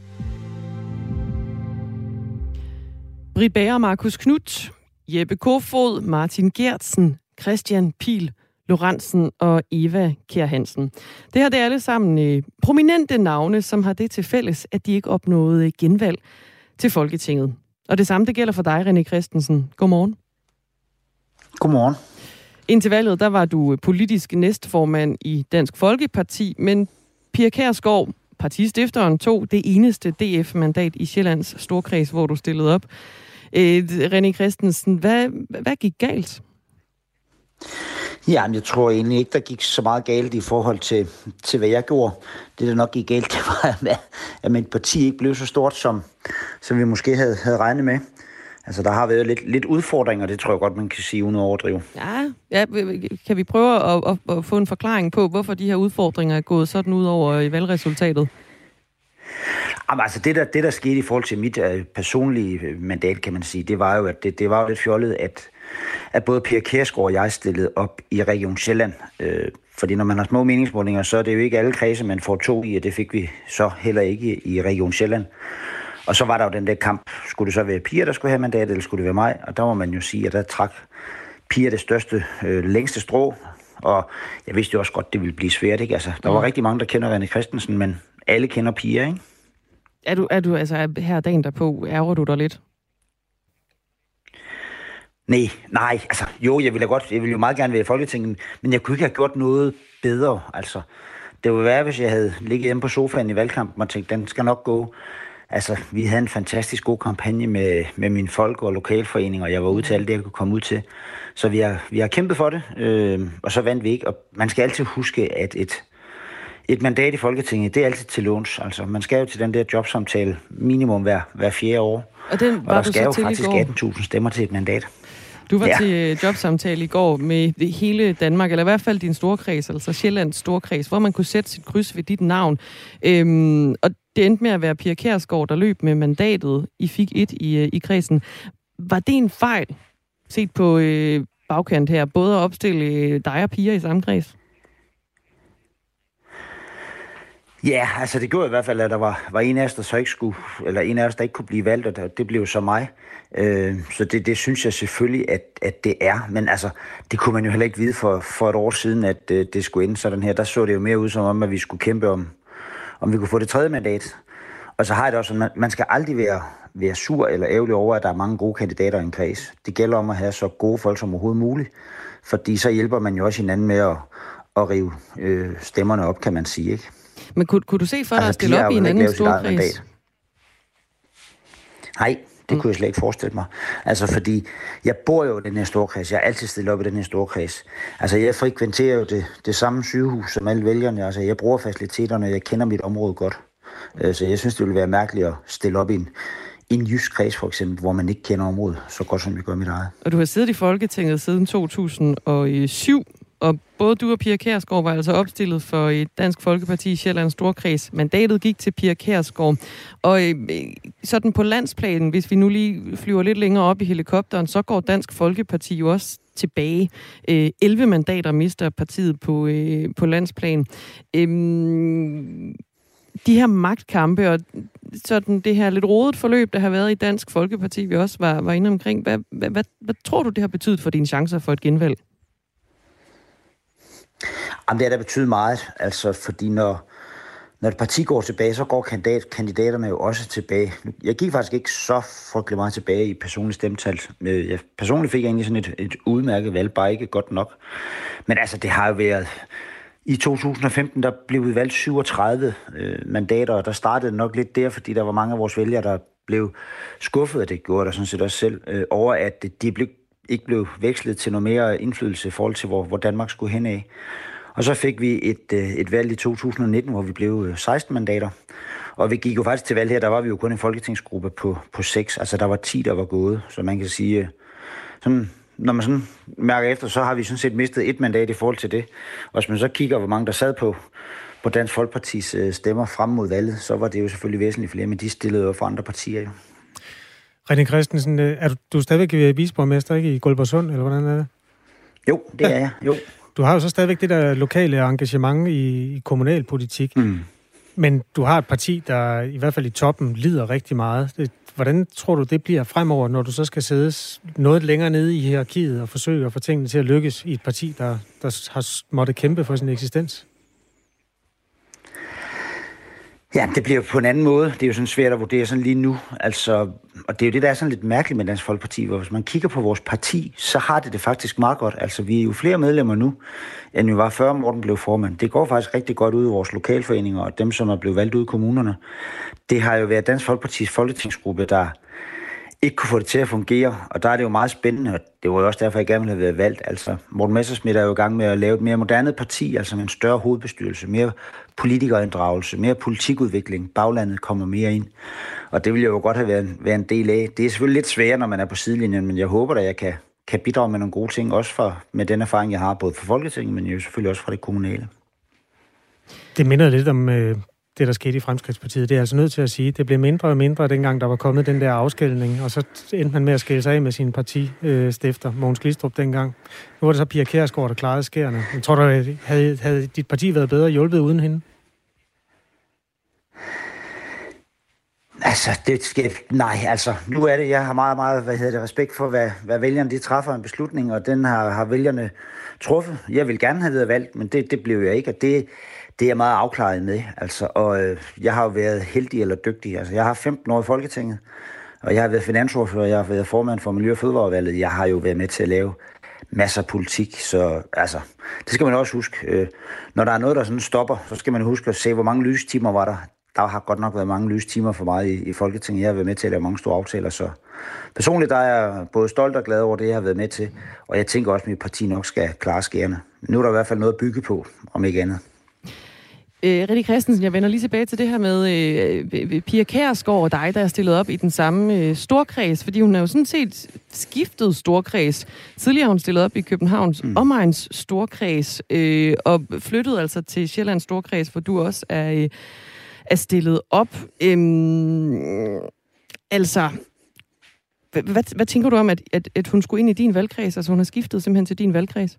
S2: Britt Bager, Markus Knudt, Jeppe Kofod, Martin Geertsen, Christian Pihl Lorentzen og Eva Kjær Hansen. Det her det er alle sammen øh, prominente navne, som har det til fælles, at de ikke opnåede genvalg til Folketinget. Og det samme det gælder for dig, René Christensen. Godmorgen.
S9: Godmorgen.
S2: Indtil valget, der var du politisk næstformand i Dansk Folkeparti, men Pia Kjærsgaard, partistifteren, tog det eneste D F-mandat i Sjællands Storkreds, hvor du stillede op. Øh, René Christensen, hvad, hvad gik galt?
S9: Ja, jeg tror egentlig ikke, der gik så meget galt i forhold til, til hvad jeg gjorde. Det, der nok gik galt, det var, at mit parti ikke blev så stort, som, som vi måske havde, havde regnet med. Altså, der har været lidt, lidt udfordringer, det tror jeg godt, man kan sige, uden at overdrive.
S2: Ja, ja, kan vi prøve at, at, at få en forklaring på, hvorfor de her udfordringer er gået sådan ud over i valgresultatet?
S9: Jamen, altså, det der, det der skete i forhold til mit uh, personlige mandat, kan man sige, det var jo, at det, det var jo lidt fjollet, at, at både Pia Kjærsgaard og jeg stillede op i Region Sjælland. Uh, fordi når man har små meningsmålinger, så er det jo ikke alle kredse, man får to i, og det fik vi så heller ikke i Region Sjælland. Og så var der jo den der kamp, skulle det så være Pia, der skulle have mandat, eller skulle det være mig? Og der må man jo sige, at der trak Pia det største, øh, længste strå. Og jeg vidste jo også godt, det ville blive svært, ikke? Altså, der var mm. rigtig mange, der kender René Christensen, men alle kender Pia, ikke?
S2: Er du, er du altså her dagen derpå, ærger du dig lidt?
S9: Nej, nej, altså jo, jeg ville godt, jeg ville jo meget gerne være i Folketinget, men jeg kunne ikke have gjort noget bedre, altså. Det ville være, hvis jeg havde ligget hjemme på sofaen i valgkampen og tænkt, den skal nok gå. Altså, vi havde en fantastisk god kampagne med, med mine folk og lokalforeninger, og jeg var ude til alt det, jeg kunne komme ud til. Så vi har, vi har kæmpet for det, øh, og så vandt vi ikke. Og man skal altid huske, at et, et mandat i Folketinget, det er altid til låns. Altså, man skal jo til den der jobsamtale minimum hver, hver fjerde år.
S2: Og, den var
S9: og der
S2: du
S9: skal
S2: så
S9: jo
S2: til
S9: faktisk atten tusind stemmer til et mandat.
S2: Du var
S9: ja.
S2: til jobsamtale i går med hele Danmark, eller i hvert fald din storkreds, altså Sjællands Storkreds, hvor man kunne sætte sit kryds ved dit navn. Øhm, og det endte med at være Pia Kjærsgaard, der løb med mandatet. I fik et i, i kredsen. Var det en fejl, set på øh, bagkant her, både at opstille dig og Pia i samme kreds?
S9: Ja, altså det gjorde i hvert fald, at der var, var en af os, der så ikke skulle, eller en af os, der ikke kunne blive valgt, og det blev så mig. Øh, så det, det synes jeg selvfølgelig, at, at det er. Men altså, det kunne man jo heller ikke vide for, for et år siden, at øh, det skulle ende sådan her. Der så det jo mere ud som om, at vi skulle kæmpe om, om vi kunne få det tredje mandat. Og så har jeg det også, at man, man skal aldrig være, være sur eller ærgerlig over, at der er mange gode kandidater i en kreds. Det gælder om at have så gode folk som overhovedet muligt, fordi så hjælper man jo også hinanden med at, at rive øh, stemmerne op, kan man sige, ikke?
S2: Men kunne, kunne du se for dig altså, at stille op i en anden storkreds?
S9: Nej, det kunne jeg slet ikke forestille mig. Altså, fordi jeg bor jo i den her storkreds. Jeg er altid stillet op i den her storkreds. Altså, jeg frekventerer jo det, det samme sygehus som alle vælgerne. Altså, jeg bruger faciliteterne, og jeg kender mit område godt. Så jeg synes, det ville være mærkeligt at stille op i en, i en jysk kreds, for eksempel, hvor man ikke kender området så godt, som jeg gør mit eget.
S2: Og du har siddet i Folketinget siden to tusind og syv, og både du og Pia Kjærsgaard var altså opstillet for et Dansk Folkeparti i Sjællands Storkreds. Mandatet gik til Pia Kjærsgaard. Og øh, sådan på landsplanen, hvis vi nu lige flyver lidt længere op i helikopteren, så går Dansk Folkeparti jo også tilbage. Øh, elleve mandater mister partiet på, øh, på landsplan. Øh, de her magtkampe og sådan det her lidt rodet forløb, der har været i Dansk Folkeparti, vi også var, var inde omkring. Hvad, hvad, hvad, hvad tror du, det har betydet for dine chancer for et genvalg?
S9: Jamen, det har da betydet meget, altså fordi når, når et parti går tilbage, så går kandidat, kandidaterne jo også tilbage. Jeg gik faktisk ikke så frygtelig meget tilbage i personligt stemmetal. Jeg personligt fik egentlig sådan et, et udmærket valg, bare ikke godt nok. Men altså, det har jo været... I to tusind og femten, der blev vi valgt syvogtredive øh, mandater, og der startede nok lidt der, fordi der var mange af vores vælgere, der blev skuffet, og det gjorde der sådan set også selv, øh, over at de blev, ikke blev vekslet til noget mere indflydelse i forhold til, hvor, hvor Danmark skulle hen af. Og så fik vi et, øh, et valg i to tusind og nitten, hvor vi blev seksten mandater. Og vi gik jo faktisk til valg her, der var vi jo kun en folketingsgruppe på, på seks, altså der var ti, der var gået, så man kan sige, øh, sådan... Når man sådan mærker efter, så har vi sådan set mistet et mandat i forhold til det. Og hvis man så kigger, hvor mange der sad på, på Dansk Folkepartis stemmer frem mod valget, så var det jo selvfølgelig væsentligt flere, men de stillede jo for andre partier jo.
S1: René Christensen, er du, du er stadigvæk viceborgmester, ikke, i Guldborgsund, eller hvordan er det?
S9: Jo, det ja. er jeg, jo.
S1: Du har jo så stadigvæk det der lokale engagement i, i kommunalpolitik, mm. men du har et parti, der i hvert fald i toppen lider rigtig meget. Det, Hvordan tror du, det bliver fremover, når du så skal sidde noget længere nede i hierarkiet og forsøge at få tingene til at lykkes i et parti, der, der har måttet kæmpe for sin eksistens?
S9: Ja, det bliver jo på en anden måde. Det er jo sådan svært at vurdere sådan lige nu. Altså, og det er jo det, der er sådan lidt mærkeligt med Dansk Folkeparti, hvor hvis man kigger på vores parti, så har det det faktisk meget godt. Altså, vi er jo flere medlemmer nu, end vi var før Morten blev formand. Det går faktisk rigtig godt ud i vores lokalforeninger og dem, som er blevet valgt ud i kommunerne. Det har jo været Dansk Folkepartis folketingsgruppe, der ikke kunne få det til at fungere, og der er det jo meget spændende, og det var jo også derfor, jeg gerne ville have været valgt. Altså, Morten Messerschmidt er jo i gang med at lave et mere moderne parti, altså med en større hovedbestyrelse, mere politikerinddragelse, mere politikudvikling, baglandet kommer mere ind, og det vil jeg jo godt have været, været en del af. Det er selvfølgelig lidt sværere, når man er på sidelinjen, men jeg håber at jeg kan, kan bidrage med nogle gode ting, også for, med den erfaring, jeg har, både fra Folketinget, men jo selvfølgelig også fra det kommunale.
S1: Det minder lidt om... Øh det, der skete i Fremskridtspartiet. Det er altså nødt til at sige, det blev mindre og mindre, dengang der var kommet den der afskælning, og så endte man med at skille sig af med sin partistifter, Mogens Glistrup, dengang. Nu var det så Pia Kjærsgaard, der klarede skærene. Jeg tror du, havde, havde dit parti været bedre hjulpet uden hende?
S9: Altså, det skal... Nej, altså, nu er det, jeg har meget, meget, hvad hedder det, respekt for, hvad, hvad vælgerne, de træffer en beslutning, og den har, har vælgerne truffet. Jeg vil gerne have været valgt, men det, det blev jeg ikke, og det Det er jeg meget afklaret med, altså, og øh, jeg har jo været heldig eller dygtig. Altså, jeg har femten år i Folketinget, og jeg har været finansordfører, jeg har været formand for Miljø- og Fødevareudvalget. Jeg har jo været med til at lave masser af politik, så altså, det skal man også huske. Øh, når der er noget, der sådan stopper, så skal man huske at se, hvor mange lystimer var der. Der har godt nok været mange lystimer for mig i, i Folketinget. Jeg har været med til at lave mange store aftaler, så personligt der er jeg både stolt og glad over det, jeg har været med til, og jeg tænker også, at mit parti nok skal klare skærene. Nu er der i hvert fald noget at bygge på, om ikke andet.
S2: Øh, René Christensen, jeg vender lige tilbage til det her med øh, Pia Kjærsgaard og dig, der er stillet op i den samme øh, storkreds, fordi hun er jo sådan set skiftet storkreds. Tidligere har hun stillet op i Københavns mm. omegns storkreds, øh, og flyttede altså til Sjællands storkreds, hvor du også er, øh, er stillet op. Øhm, altså, hvad, hvad, hvad tænker du om, at, at, at hun skulle ind i din valgkreds? Altså hun har skiftet simpelthen til din valgkreds?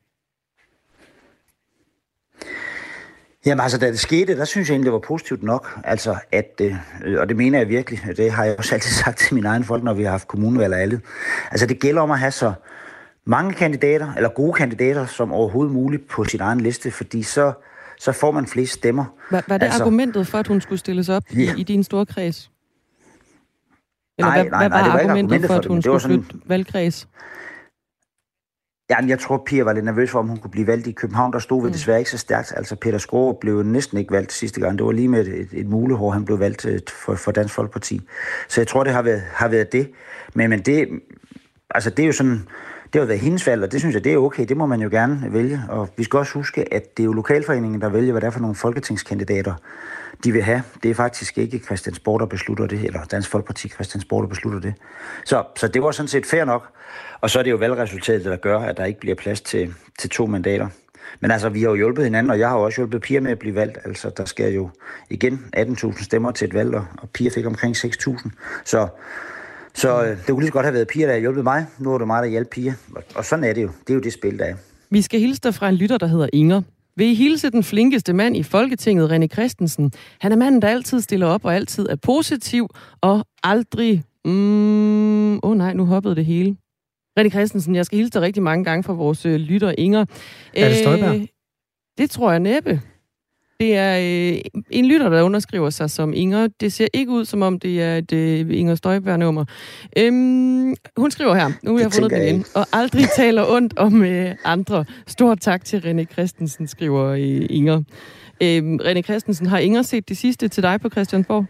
S9: Jamen altså, da det skete, der synes jeg egentlig, det var positivt nok. Altså, at, øh, og det mener jeg virkelig, det har jeg også altid sagt til mine egne folk, når vi har haft kommunevalg og alle. Altså, det gælder om at have så mange kandidater, eller gode kandidater, som overhovedet muligt på sin egen liste, fordi så, så får man flest stemmer.
S2: Var, var det altså argumentet for, at hun skulle stilles op ja. i, i din store kreds? Eller
S9: nej,
S2: hvad,
S9: nej,
S2: hvad
S9: nej,
S2: var
S9: det var
S2: argumentet
S9: argumentet
S2: for, at hun skulle
S9: sådan...
S2: flytte valgkreds?
S9: Ja, jeg tror, Pia var lidt nervøs for, om hun kunne blive valgt i København. Der stod vi mm. desværre ikke så stærkt. Altså, Peter Skaarup blev næsten ikke valgt sidste gang. Det var lige med et, et, et mulehår, han blev valgt for, for Dansk Folkeparti. Så jeg tror, det har været, har været det. Men, men det, altså, det er jo sådan... Det har været hendes valg, og det synes jeg, det er okay. Det må man jo gerne vælge. Og vi skal også huske, at det er jo lokalforeningen, der vælger, hvad det er for nogle folketingskandidater, de vil have. Det er faktisk ikke Christiansborg, der beslutter det, eller Dansk Folkeparti Christiansborg, der beslutter det. Så, så det var sådan set fair nok. Og så er det jo valgresultatet, der gør, at der ikke bliver plads til, til to mandater. Men altså, vi har jo hjulpet hinanden, og jeg har jo også hjulpet Pia med at blive valgt. Altså, der skal jo igen atten tusind stemmer til et valg, og Pia fik omkring seks tusind. Så, så det kunne lige så godt have været Pia, der har hjulpet mig. Nu er det mig, der hjælper Pia. Og sådan er det jo. Det er jo det spil, der er.
S2: Vi skal hilse dig fra en lytter, der hedder Inger. Vil I hilse den flinkeste mand i Folketinget, René Christensen? Han er manden, der altid stiller op og altid er positiv og aldrig... Åh mm, oh nej, nu hoppede det hele. René Christensen, jeg skal hilse dig rigtig mange gange fra vores øh, lytter Inger.
S1: Er det Støjberg?
S2: Øh, det tror jeg næppe. Det er øh, en lytter, der underskriver sig som Inger. Det ser ikke ud, som om det er et øh, Inger Støjberg-nummer. Øhm, hun skriver her, nu har jeg fundet den igen, og aldrig taler ondt om øh, andre. Stort tak til René Christensen, skriver øh, Inger. Øhm, René Christensen, har Inger set det sidste til dig på Christiansborg?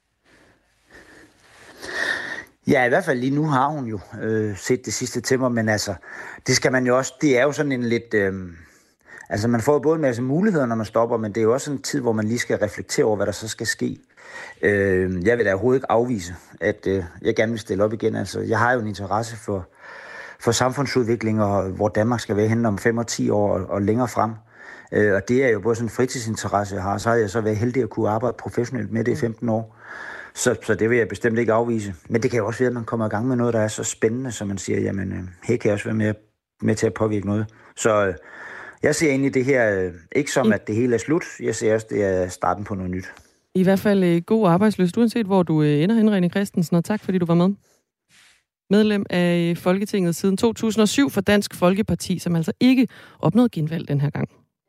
S9: Ja, i hvert fald lige nu har hun jo øh, set det sidste til mig, men altså, det skal man jo også, det er jo sådan en lidt... Øh, Altså, man får jo både en masse muligheder, når man stopper, men det er jo også en tid, hvor man lige skal reflektere over, hvad der så skal ske. Øh, jeg vil da overhovedet ikke afvise, at øh, jeg gerne vil stille op igen. Altså, jeg har jo en interesse for, for samfundsudvikling, og hvor Danmark skal være henne om fem og ti år og, og længere frem. Øh, og det er jo både sådan en fritidsinteresse, jeg har. Så har jeg så været heldig at kunne arbejde professionelt med det i femten år. Så, så det vil jeg bestemt ikke afvise. Men det kan jo også være, at man kommer i gang med noget, der er så spændende, så man siger, jamen, øh, her kan jeg også være med, med til at påvirke noget. Så... Øh, Jeg ser egentlig det her øh, ikke som, at det hele er slut. Jeg ser også, det er starten på noget nyt.
S2: I hvert fald øh, god arbejdsløst, uanset hvor du øh, ender hen, René Christensen, og tak fordi du var med. Medlem af Folketinget siden to tusind og syv for Dansk Folkeparti, som altså ikke opnåede genvalg den her gang.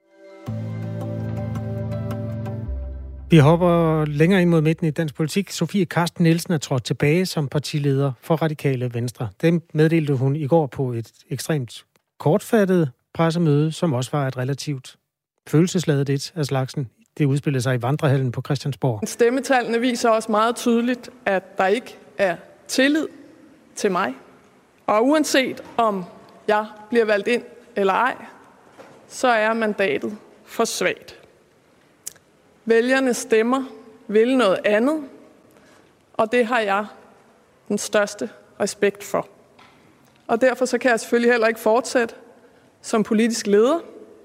S1: Vi hopper længere ind mod midten i dansk politik. Sofie Carsten Nielsen er trådt tilbage som partileder for Radikale Venstre. Det meddelte hun i går på et ekstremt kortfattet pressemøde, som også var et relativt følelsesladet et af slagsen. Det udspillede sig i Vandrehallen på Christiansborg.
S10: Stemmetallene viser også meget tydeligt, at der ikke er tillid til mig. Og uanset om jeg bliver valgt ind eller ej, så er mandatet for svagt. Vælgernes stemmer vil noget andet, og det har jeg den største respekt for. Og derfor så kan jeg selvfølgelig heller ikke fortsætte som politisk leder.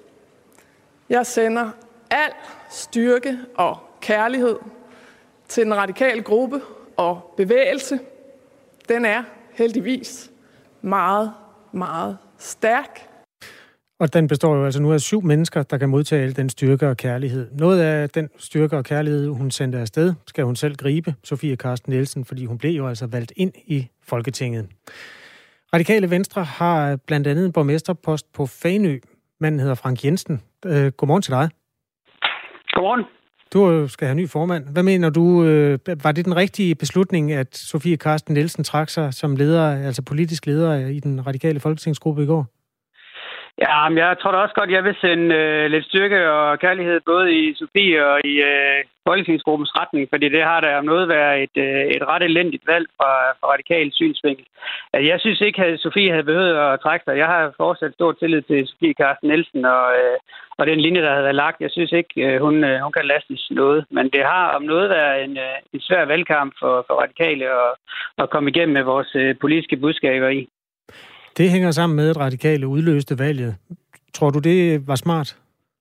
S10: Jeg sender al styrke og kærlighed til den radikale gruppe og bevægelse. Den er heldigvis meget, meget stærk.
S1: Og den består jo altså nu af syv mennesker, der kan modtage al den styrke og kærlighed. Noget af den styrke og kærlighed, hun sendte afsted, skal hun selv gribe, Sofie Carsten Nielsen, fordi hun blev jo altså valgt ind i Folketinget. Radikale Venstre har blandt andet en borgmesterpost på Fanø. Manden hedder Frank Jensen. Øh, godmorgen til dig.
S11: Godmorgen.
S1: Du skal have ny formand. Hvad mener du, øh, var det den rigtige beslutning, at Sofie Carsten Nielsen trak sig som leder, altså politisk leder i den radikale folketingsgruppe i går?
S11: Ja, men jeg tror da også godt, jeg vil sende øh, lidt styrke og kærlighed både i Sofie og i øh, folketingsgruppens retning, fordi det har der om noget været et, øh, et ret elendigt valg fra, fra radikal synsvinkel. Altså, jeg synes ikke, at Sofie havde behøvet at trække sig. Jeg har fortsat stor tillid til Sofie Carsten Nielsen og, øh, og den linje, der havde været lagt. Jeg synes ikke, øh, hun, øh, hun kan lastes noget. Men det har om noget været en, øh, en svær valgkamp for, for radikale at, at komme igennem med vores øh, politiske budskaber i.
S1: Det hænger sammen med, at radikale udløste valget. Tror du, det var smart?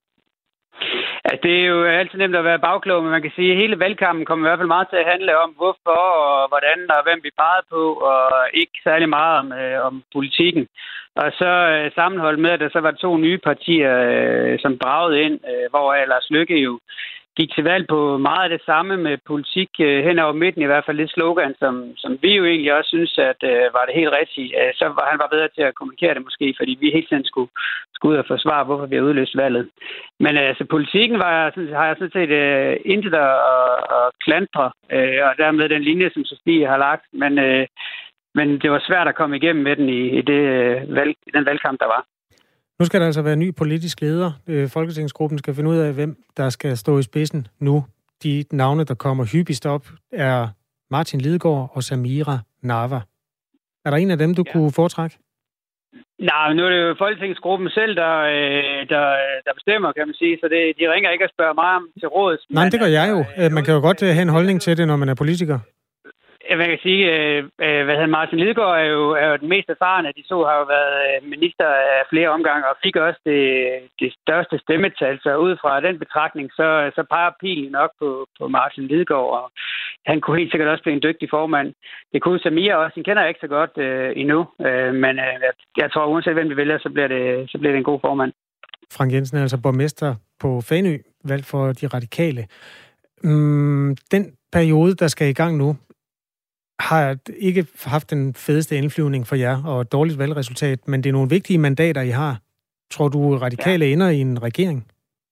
S11: Ja, det er jo altid nemt at være bagklog, men man kan sige, at hele valgkampen kommer i hvert fald meget til at handle om, hvorfor og hvordan og hvem vi pegede på, og ikke særlig meget om, øh, om politikken. Og så øh, sammenholdt med, at der så var to nye partier, øh, som bragede ind, øh, hvor Lars Løkke jo gik til valg på meget af det samme med politik øh, hen over midten, i hvert fald det slogan, som, som vi jo egentlig også synes, at øh, var det helt rigtigt. Øh, så var han var bedre til at kommunikere det måske, fordi vi helt tiden skulle, skulle ud og forsvare, hvorfor vi har udløst valget. Men øh, altså politikken var, har jeg sådan set øh, intet at, at klandre, øh, og dermed den linje, som Sofie har lagt. Men, øh, men det var svært at komme igennem med den i, i, det, øh, valg, i den valgkamp, der var.
S1: Nu skal der altså være ny politisk leder. Folketingsgruppen skal finde ud af, hvem der skal stå i spidsen nu. De navne, der kommer hyppigst op, er Martin Lidegaard og Samira Nawa. Er der en af dem, du ja. kunne foretrække?
S11: Nej, nu er det jo Folketingsgruppen selv, der, der, der bestemmer, kan man sige. Så det, de ringer ikke at spørge mig om til rådet.
S1: Nej, men det gør jeg jo. Man kan jo godt have en holdning til det, når man er politiker.
S11: Jeg kan sige, øh, hvad hedder Martin Lidegaard er jo, er jo den mest erfarne. De to har jo været minister af flere omgange og fik også det, det største stemmetal. Så ud fra den betragtning, så, så peger pilen nok på, på Martin Lidegaard. Og han kunne helt sikkert også blive en dygtig formand. Det kunne Samira også. Den kender jeg ikke så godt øh, endnu. Øh, men øh, jeg tror, uanset hvem vi vælger, så bliver, det, så bliver det en god formand.
S1: Frank Jensen er altså borgmester på Fanø, valgt for de radikale. Mm, den periode, der skal i gang nu, har ikke haft den fedeste indflyvning for jer og et dårligt valgresultat, men det er nogle vigtige mandater, I har. Tror du, radikale ja. ender i en regering?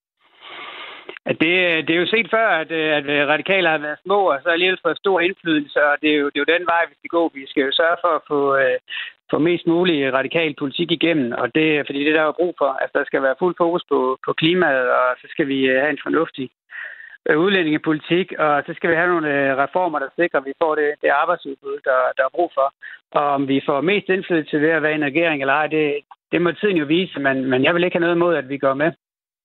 S11: Det, det er jo set før, at, at radikale har været små, og så alligevel fået stor indflydelse, og det er, jo, det er jo den vej, vi skal gå. Vi skal jo sørge for at få, uh, få mest mulig radikal politik igennem, og det er fordi det der er brug for. Altså, der skal være fuld fokus på, på klimaet, og så skal vi have en fornuftig uh, udlændingepolitik, og så skal vi have nogle uh, reformer, der sikrer, at vi får det, det arbejdsudbud, der, der er brug for. Og om vi får mest indflydelse ved at være en regering eller ej, det, det må tiden jo vise, men, men jeg vil ikke have noget imod, at vi går med.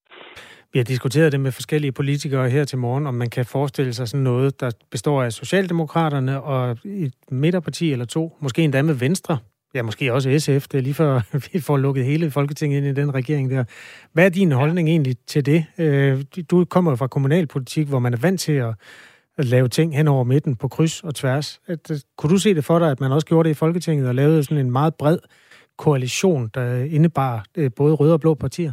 S1: Vi har diskuteret det med forskellige politikere her til morgen, om man kan forestille sig sådan noget, der består af Socialdemokraterne og et midterparti eller to, måske endda med Venstre, ja, måske også S F, det er lige før vi får lukket hele Folketinget ind i den regering der. Hvad er din holdning egentlig til det? Du kommer jo fra kommunalpolitik, hvor man er vant til at, at lave ting hen over midten på kryds og tværs. At, kunne du se det for dig, at man også gjorde det i Folketinget og lavede sådan en meget bred koalition, der indebar både røde og blå partier?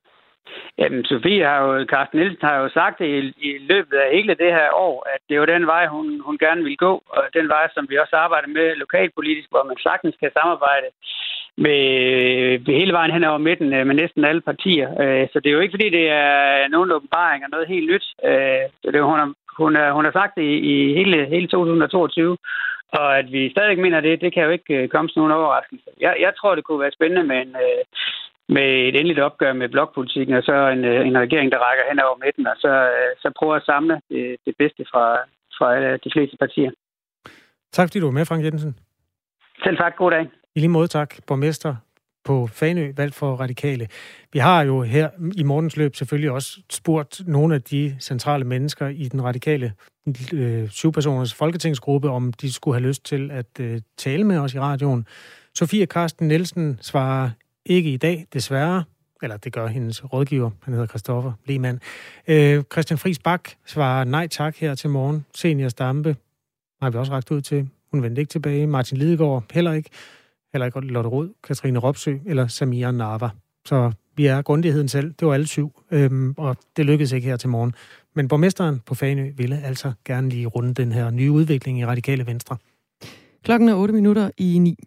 S11: Jamen, Sofie har jo, Carsten Nielsen har jo sagt det i, i løbet af hele det her år, at det er jo den vej, hun, hun gerne vil gå, og den vej, som vi også arbejder med lokalpolitisk, hvor man sagtens kan samarbejde med, med hele vejen hen over midten med næsten alle partier. Så det er jo ikke, fordi det er nogen åbenbaring og noget helt nyt. Så det er, hun, har, hun, har, hun har sagt det i, i hele, hele to tusind og toogtyve, og at vi stadig mener det, det kan jo ikke komme sådan nogen overraskelse. Jeg, jeg tror, det kunne være spændende med en... med et endeligt opgør med blokpolitikken, og så en, en regering, der rækker hen over midten, og så, så prøver at samle det, det bedste fra, fra de fleste partier.
S1: Tak fordi du var med, Frank Jensen.
S11: Selv tak. God dag.
S1: I lige måde tak, borgmester på Fanø, valgt for radikale. Vi har jo her i morgens løb selvfølgelig også spurgt nogle af de centrale mennesker i den radikale øh, syvpersoners folketingsgruppe, om de skulle have lyst til at øh, tale med os i radioen. Sofie Carsten Nielsen svarer ikke i dag, desværre. Eller det gør hendes rådgiver. Han hedder Christoffer Lehmann. Øh, Christian Friis Bak svarer nej tak her til morgen. Senior Stampe har vi også rakt ud til. Hun vendte ikke tilbage. Martin Lidegaard heller ikke. Heller ikke Lotte Rod, Katrine Robsø eller Samira Narva. Så vi er grundigheden selv. Det var alle syv. Øhm, og det lykkedes ikke her til morgen. Men borgmesteren på Fanø ville altså gerne lige runde den her nye udvikling i Radikale Venstre.
S2: Klokken er otte minutter i ni.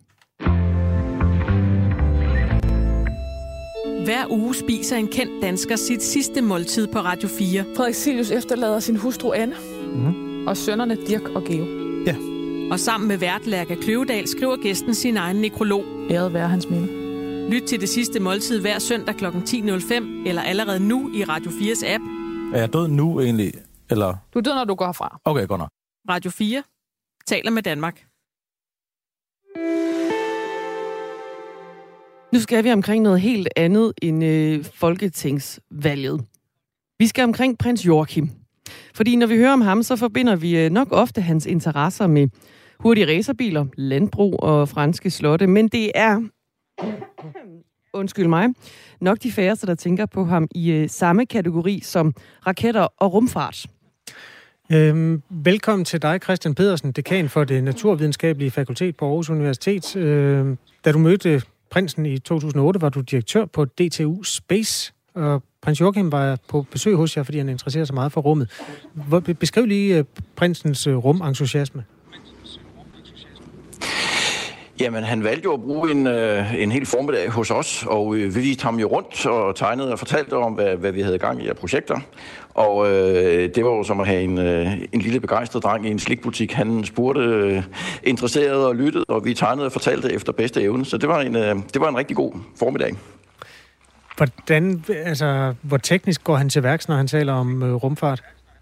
S12: Hver uge spiser en kendt dansker sit sidste måltid på Radio fire.
S10: Frederik Silius efterlader sin hustru Anne, mm-hmm. og sønnerne Dirk og Geo.
S1: Ja.
S12: Og sammen med vært Lærke Kløvedal skriver gæsten sin egen nekrolog.
S10: Æret være hans minde.
S12: Lyt til det sidste måltid hver søndag klokken ti nul fem, eller allerede nu i Radio fires app.
S13: Er jeg død nu egentlig, eller?
S10: Du er død, når du går herfra.
S13: Okay, godt nok.
S12: Radio fire taler med Danmark.
S2: Nu skal vi omkring noget helt andet end øh, folketingsvalget. Vi skal omkring prins Joachim. Fordi når vi hører om ham, så forbinder vi øh, nok ofte hans interesser med hurtige racerbiler, landbrug og franske slotte. Men det er, undskyld mig, nok de færreste, der tænker på ham i øh, samme kategori som raketter og rumfart.
S1: Øhm, velkommen til dig, Christian Pedersen, dekan for det naturvidenskabelige fakultet på Aarhus Universitet. Øh, da du mødte prinsen i to tusind og otte, var du direktør på D T U Space, og prins Joachim var på besøg hos jer, fordi han interesserer sig meget for rummet. Beskriv lige prinsens rumentusiasme.
S14: Jamen, han valgte jo at bruge en, en hel formiddag hos os, og vi viste ham jo rundt og tegnede og fortalte om, hvad, hvad vi havde gang i af projekter. Og øh, det var jo som at have en, en lille begejstret dreng i en slikbutik. Han spurgte øh, interesseret og lyttede, og vi tegnede og fortalte efter bedste evne. Så det var en, øh, det var en rigtig god formiddag.
S1: Hvordan, altså, hvor teknisk går han til værks, når han taler om øh, rumfart?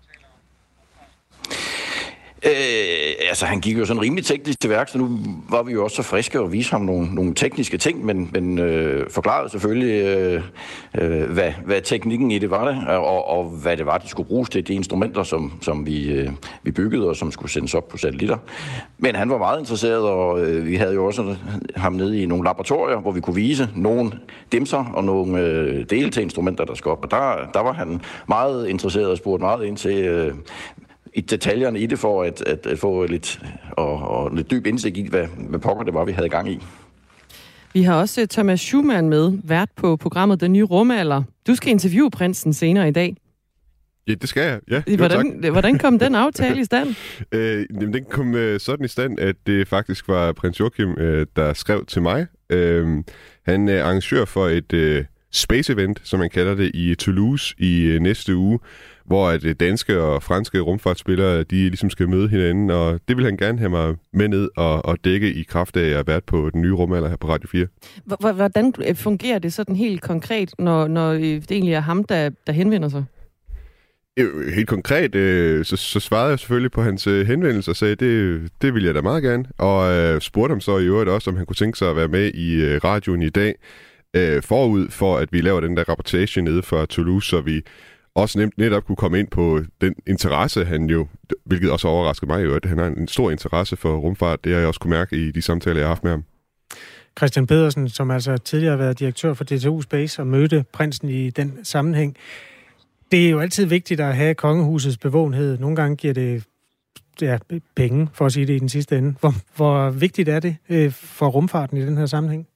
S14: Øh, altså, han gik jo sådan rimelig teknisk til værk, så nu var vi jo også så friske og vise ham nogle, nogle tekniske ting, men, men øh, forklarede selvfølgelig, øh, øh, hvad, hvad teknikken i det var det, og, og hvad det var, de skulle bruges til, de instrumenter, som, som vi, øh, vi byggede, og som skulle sendes op på satellitter. Men han var meget interesseret, og øh, vi havde jo også ham nede i nogle laboratorier, hvor vi kunne vise nogle dimser og nogle øh, dele til instrumenter, der skulle op. Og der, der var han meget interesseret og spurgte meget ind til øh, i detaljerne i det, for at, at, at få lidt, og, og lidt dyb indsigt i, hvad, hvad pokker det var, vi havde gang i.
S2: Vi har også Thomas Schumann med, vært på programmet Den Nye Rumalder. Du skal interviewe prinsen senere i dag.
S15: Ja, det skal jeg. Ja, jo,
S2: hvordan, hvordan kom den aftale i stand?
S15: øh, den kom øh, sådan i stand, at det faktisk var prins Joachim, øh, der skrev til mig. Øh, han er arrangør for et øh, space-event, som man kalder det, i Toulouse i øh, næste uge, hvor at, øh, danske og franske rumfartsspillere, de ligesom skal møde hinanden, og det vil han gerne have mig med ned og, og dække i kraft af, at jeg har været på Den Nye Rumalder her på Radio fire.
S2: Hvordan fungerer det sådan helt konkret, når, når det egentlig er ham, der, der henvender sig?
S15: Helt konkret, øh, så, så svarede jeg selvfølgelig på hans øh, henvendelse og sagde, det, det ville jeg da meget gerne. Og øh, spurgte ham så i øvrigt også, om han kunne tænke sig at være med i øh, radioen i dag, øh, forud for, at vi laver den der rapportage nede fra Toulouse, så vi også nemt, netop kunne komme ind på den interesse, han jo, hvilket også overraskede mig i øvrigt, han har en stor interesse for rumfart. Det har jeg også kunne mærke i de samtaler, jeg har haft med ham.
S1: Christian Pedersen, som altså tidligere har været direktør for D T U Space og mødte prinsen i den sammenhæng. Det er jo altid vigtigt at have kongehusets bevågenhed. Nogle gange giver det ja, penge, for at sige det i den sidste ende. Hvor, hvor vigtigt er det øh, for rumfarten i den her sammenhæng?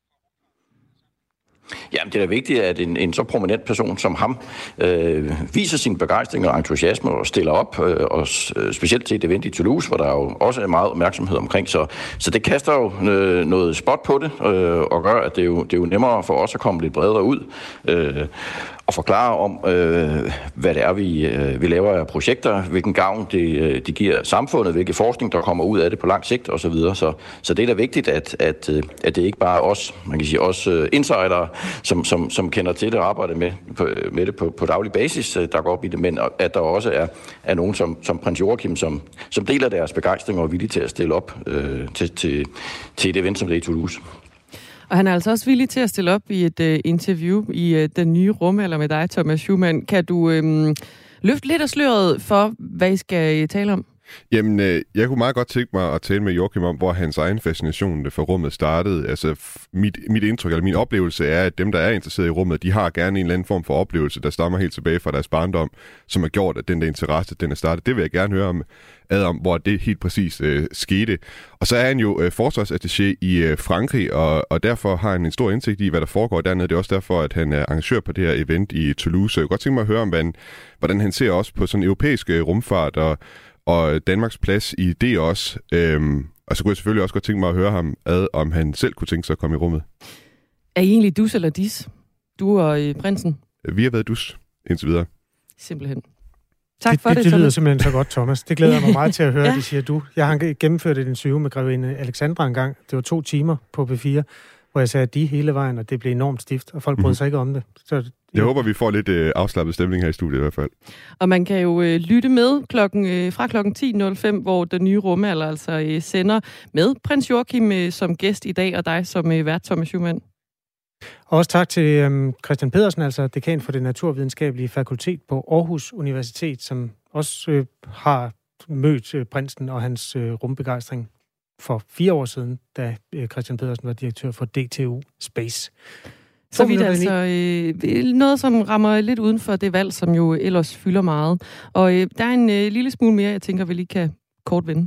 S14: Jamen, det er da vigtigt, at en, en så prominent person som ham øh, viser sin begejstring og entusiasme og stiller op, øh, og øh, specielt til et event i Toulouse, hvor der jo også er meget opmærksomhed omkring. Så, så det kaster jo øh, noget spot på det, øh, og gør, at det er, jo, det er jo nemmere for os at komme lidt bredere ud øh, og forklare om, øh, hvad det er, vi, øh, vi laver af projekter, hvilken gavn det, de giver samfundet, hvilke forskning, der kommer ud af det på lang sigt osv. Så, så det er da vigtigt, at, at, at det ikke bare er os, man kan sige, os insidere, som, som, som kender til det og arbejder med, på, med det på, på daglig basis, der går op i det, men at der også er, er nogen som, som prins Joachim, som, som deler deres begejstring og er villige til at stille op øh, til, til, til et event som det i Toulouse.
S2: Og han er altså også villig til at stille op i et uh, interview i uh, Den Nye Rumalder med dig, Thomas Schumann. Kan du øhm, løfte lidt af sløret for, hvad I skal tale om?
S15: Jamen, øh, jeg kunne meget godt tænke mig at tale med Joachim om, hvor hans egen fascination for rummet startede. Altså, mit, mit indtryk, eller min oplevelse er, at dem, der er interesseret i rummet, de har gerne en eller anden form for oplevelse, der stammer helt tilbage fra deres barndom, som har gjort, at den der interesse, den er startet. Det vil jeg gerne høre om, ad om hvor det helt præcis øh, skete. Og så er han jo øh, forsvarsattaché i øh, Frankrig, og, og derfor har han en stor indsigt i, hvad der foregår dernede. Det er også derfor, at han er arrangør på det her event i Toulouse. Så jeg kunne godt tænke mig at høre om, hvordan, hvordan han ser også på sådan europæisk øh, rumfart, og og Danmarks plads i det også. Øhm, og så kunne jeg selvfølgelig også godt tænke mig at høre ham ad, om han selv kunne tænke sig at komme i rummet.
S2: Er I egentlig dus eller dis? Du og øh, prinsen?
S15: Vi har været dus, indtil videre.
S2: Simpelthen. Tak
S1: det,
S2: for
S1: det,
S2: det,
S1: det lyder
S2: Thomas.
S1: simpelthen så godt, Thomas. Det glæder jeg mig meget til at høre,
S2: ja.
S1: Det siger du. Jeg har gennemført et interview med grevinde Alexandra en gang. Det var to timer på P fire, hvor jeg sagde de hele vejen, og det blev enormt stift, og folk brød mm-hmm. sig ikke om det. Så
S15: jeg håber, vi får lidt øh, afslappet stemning her i studiet i hvert fald.
S2: Og man kan jo øh, lytte med klokken, øh, fra klokken ti nul fem, hvor Den Nye Rumalder altså øh, sender med prins Joachim øh, som gæst i dag, og dig som øh, vært, Thomas Schumann.
S1: Og også tak til øh, Christian Pedersen, altså dekan for det naturvidenskabelige fakultet på Aarhus Universitet, som også øh, har mødt øh, prinsen og hans øh, rumbegejstring for fire år siden, da øh, Christian Pedersen var direktør for D T U Space.
S2: Så vidt altså øh, noget, som rammer lidt uden for det valg, som jo ellers fylder meget. Og øh, der er en øh, lille smule mere, jeg tænker, vi lige kan kort vende.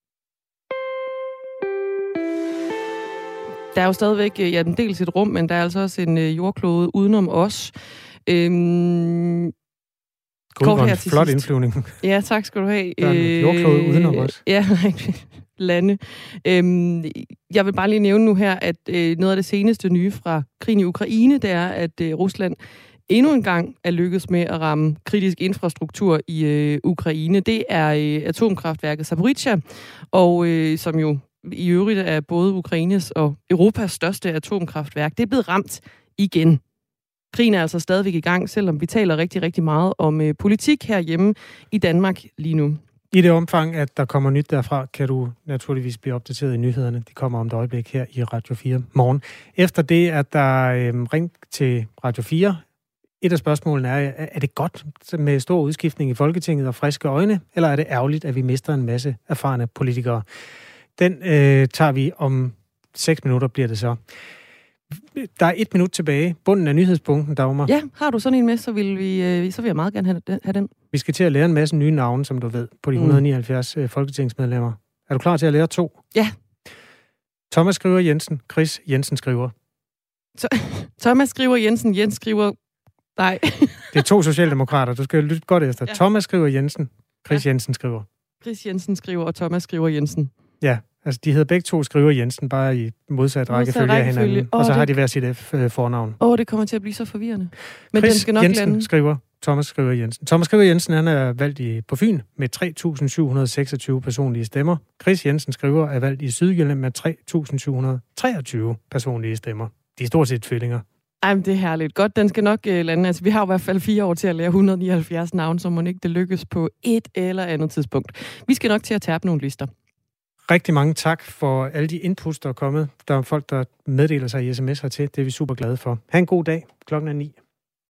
S2: Der er jo stadigvæk, ja, en dels et rum, men der er altså også en øh, jordklode udenom os. Øhm,
S1: God, en flot sidst. Indflyvning.
S2: Ja, tak skal du have.
S1: Der er en jordklode udenom os.
S2: Ja, lande. Øhm, jeg vil bare lige nævne nu her, at øh, noget af det seneste nye fra krigen i Ukraine, det er, at øh, Rusland endnu en gang er lykkedes med at ramme kritisk infrastruktur i øh, Ukraine. Det er øh, atomkraftværket Zaporizhzhia, og øh, som jo i øvrigt er både Ukraines og Europas største atomkraftværk. Det er blevet ramt igen. Krigen er altså stadigvæk i gang, selvom vi taler rigtig, rigtig meget om øh, politik herhjemme i Danmark lige nu.
S1: I det omfang, at der kommer nyt derfra, kan du naturligvis blive opdateret i nyhederne. De kommer om et øjeblik her i Radio fire morgen. Efter det, at der øh, ringt til Radio fire. Et af spørgsmålene er, er det godt med stor udskiftning i Folketinget og friske øjne, eller er det ærgerligt, at vi mister en masse erfarne politikere? Den øh, tager vi om seks minutter, bliver det så. Der er et minut tilbage. Bunden af nyhedspunkten, Dagmar.
S2: Ja, har du sådan en med, så vil, vi, øh, så vil jeg meget gerne have, have den.
S1: Vi skal til at lære en masse nye navne, som du ved, på de et hundrede nioghalvfjerds mm. folketingsmedlemmer. Er du klar til at lære to?
S2: Ja.
S1: Thomas skriver Jensen, Chris Jensen skriver.
S2: Thomas skriver Jensen, Jens skriver... Nej.
S1: Det er to socialdemokrater, du skal lytte godt efter.
S2: Ja.
S1: Thomas skriver Jensen, Chris ja. Jensen skriver.
S2: Chris Jensen skriver, og Thomas skriver Jensen.
S1: Ja, altså de hedder begge to skriver Jensen, bare i modsat rækkefølge af hinanden. Oh, og så har de hver sit F-fornavn.
S2: Åh, oh, det kommer til at blive så forvirrende. Men
S1: Chris
S2: den skal nok
S1: Jensen
S2: lande.
S1: skriver, Thomas skriver Jensen. Thomas skriver Jensen, han er valgt i, på Fyn med tre tusind syv hundrede seksogtyve personlige stemmer. Chris Jensen skriver, er valgt i Sydjylland med tre tusind syv hundrede treogtyve personlige stemmer. De er stort set tvillinger.
S2: Ej, men det er herligt. Godt, den skal nok uh, lande. Altså, vi har i hvert fald fire år til at lære et hundrede nioghalvfjerds navne, så må ikke det lykkes på et eller andet tidspunkt. Vi skal nok til at tabe nogle lister.
S1: Rigtig mange tak for alle de inputs, der er kommet. Der er folk, der meddeler sig i sms hertil. Det er vi super glade for. Ha' en god dag. Klokken er ni.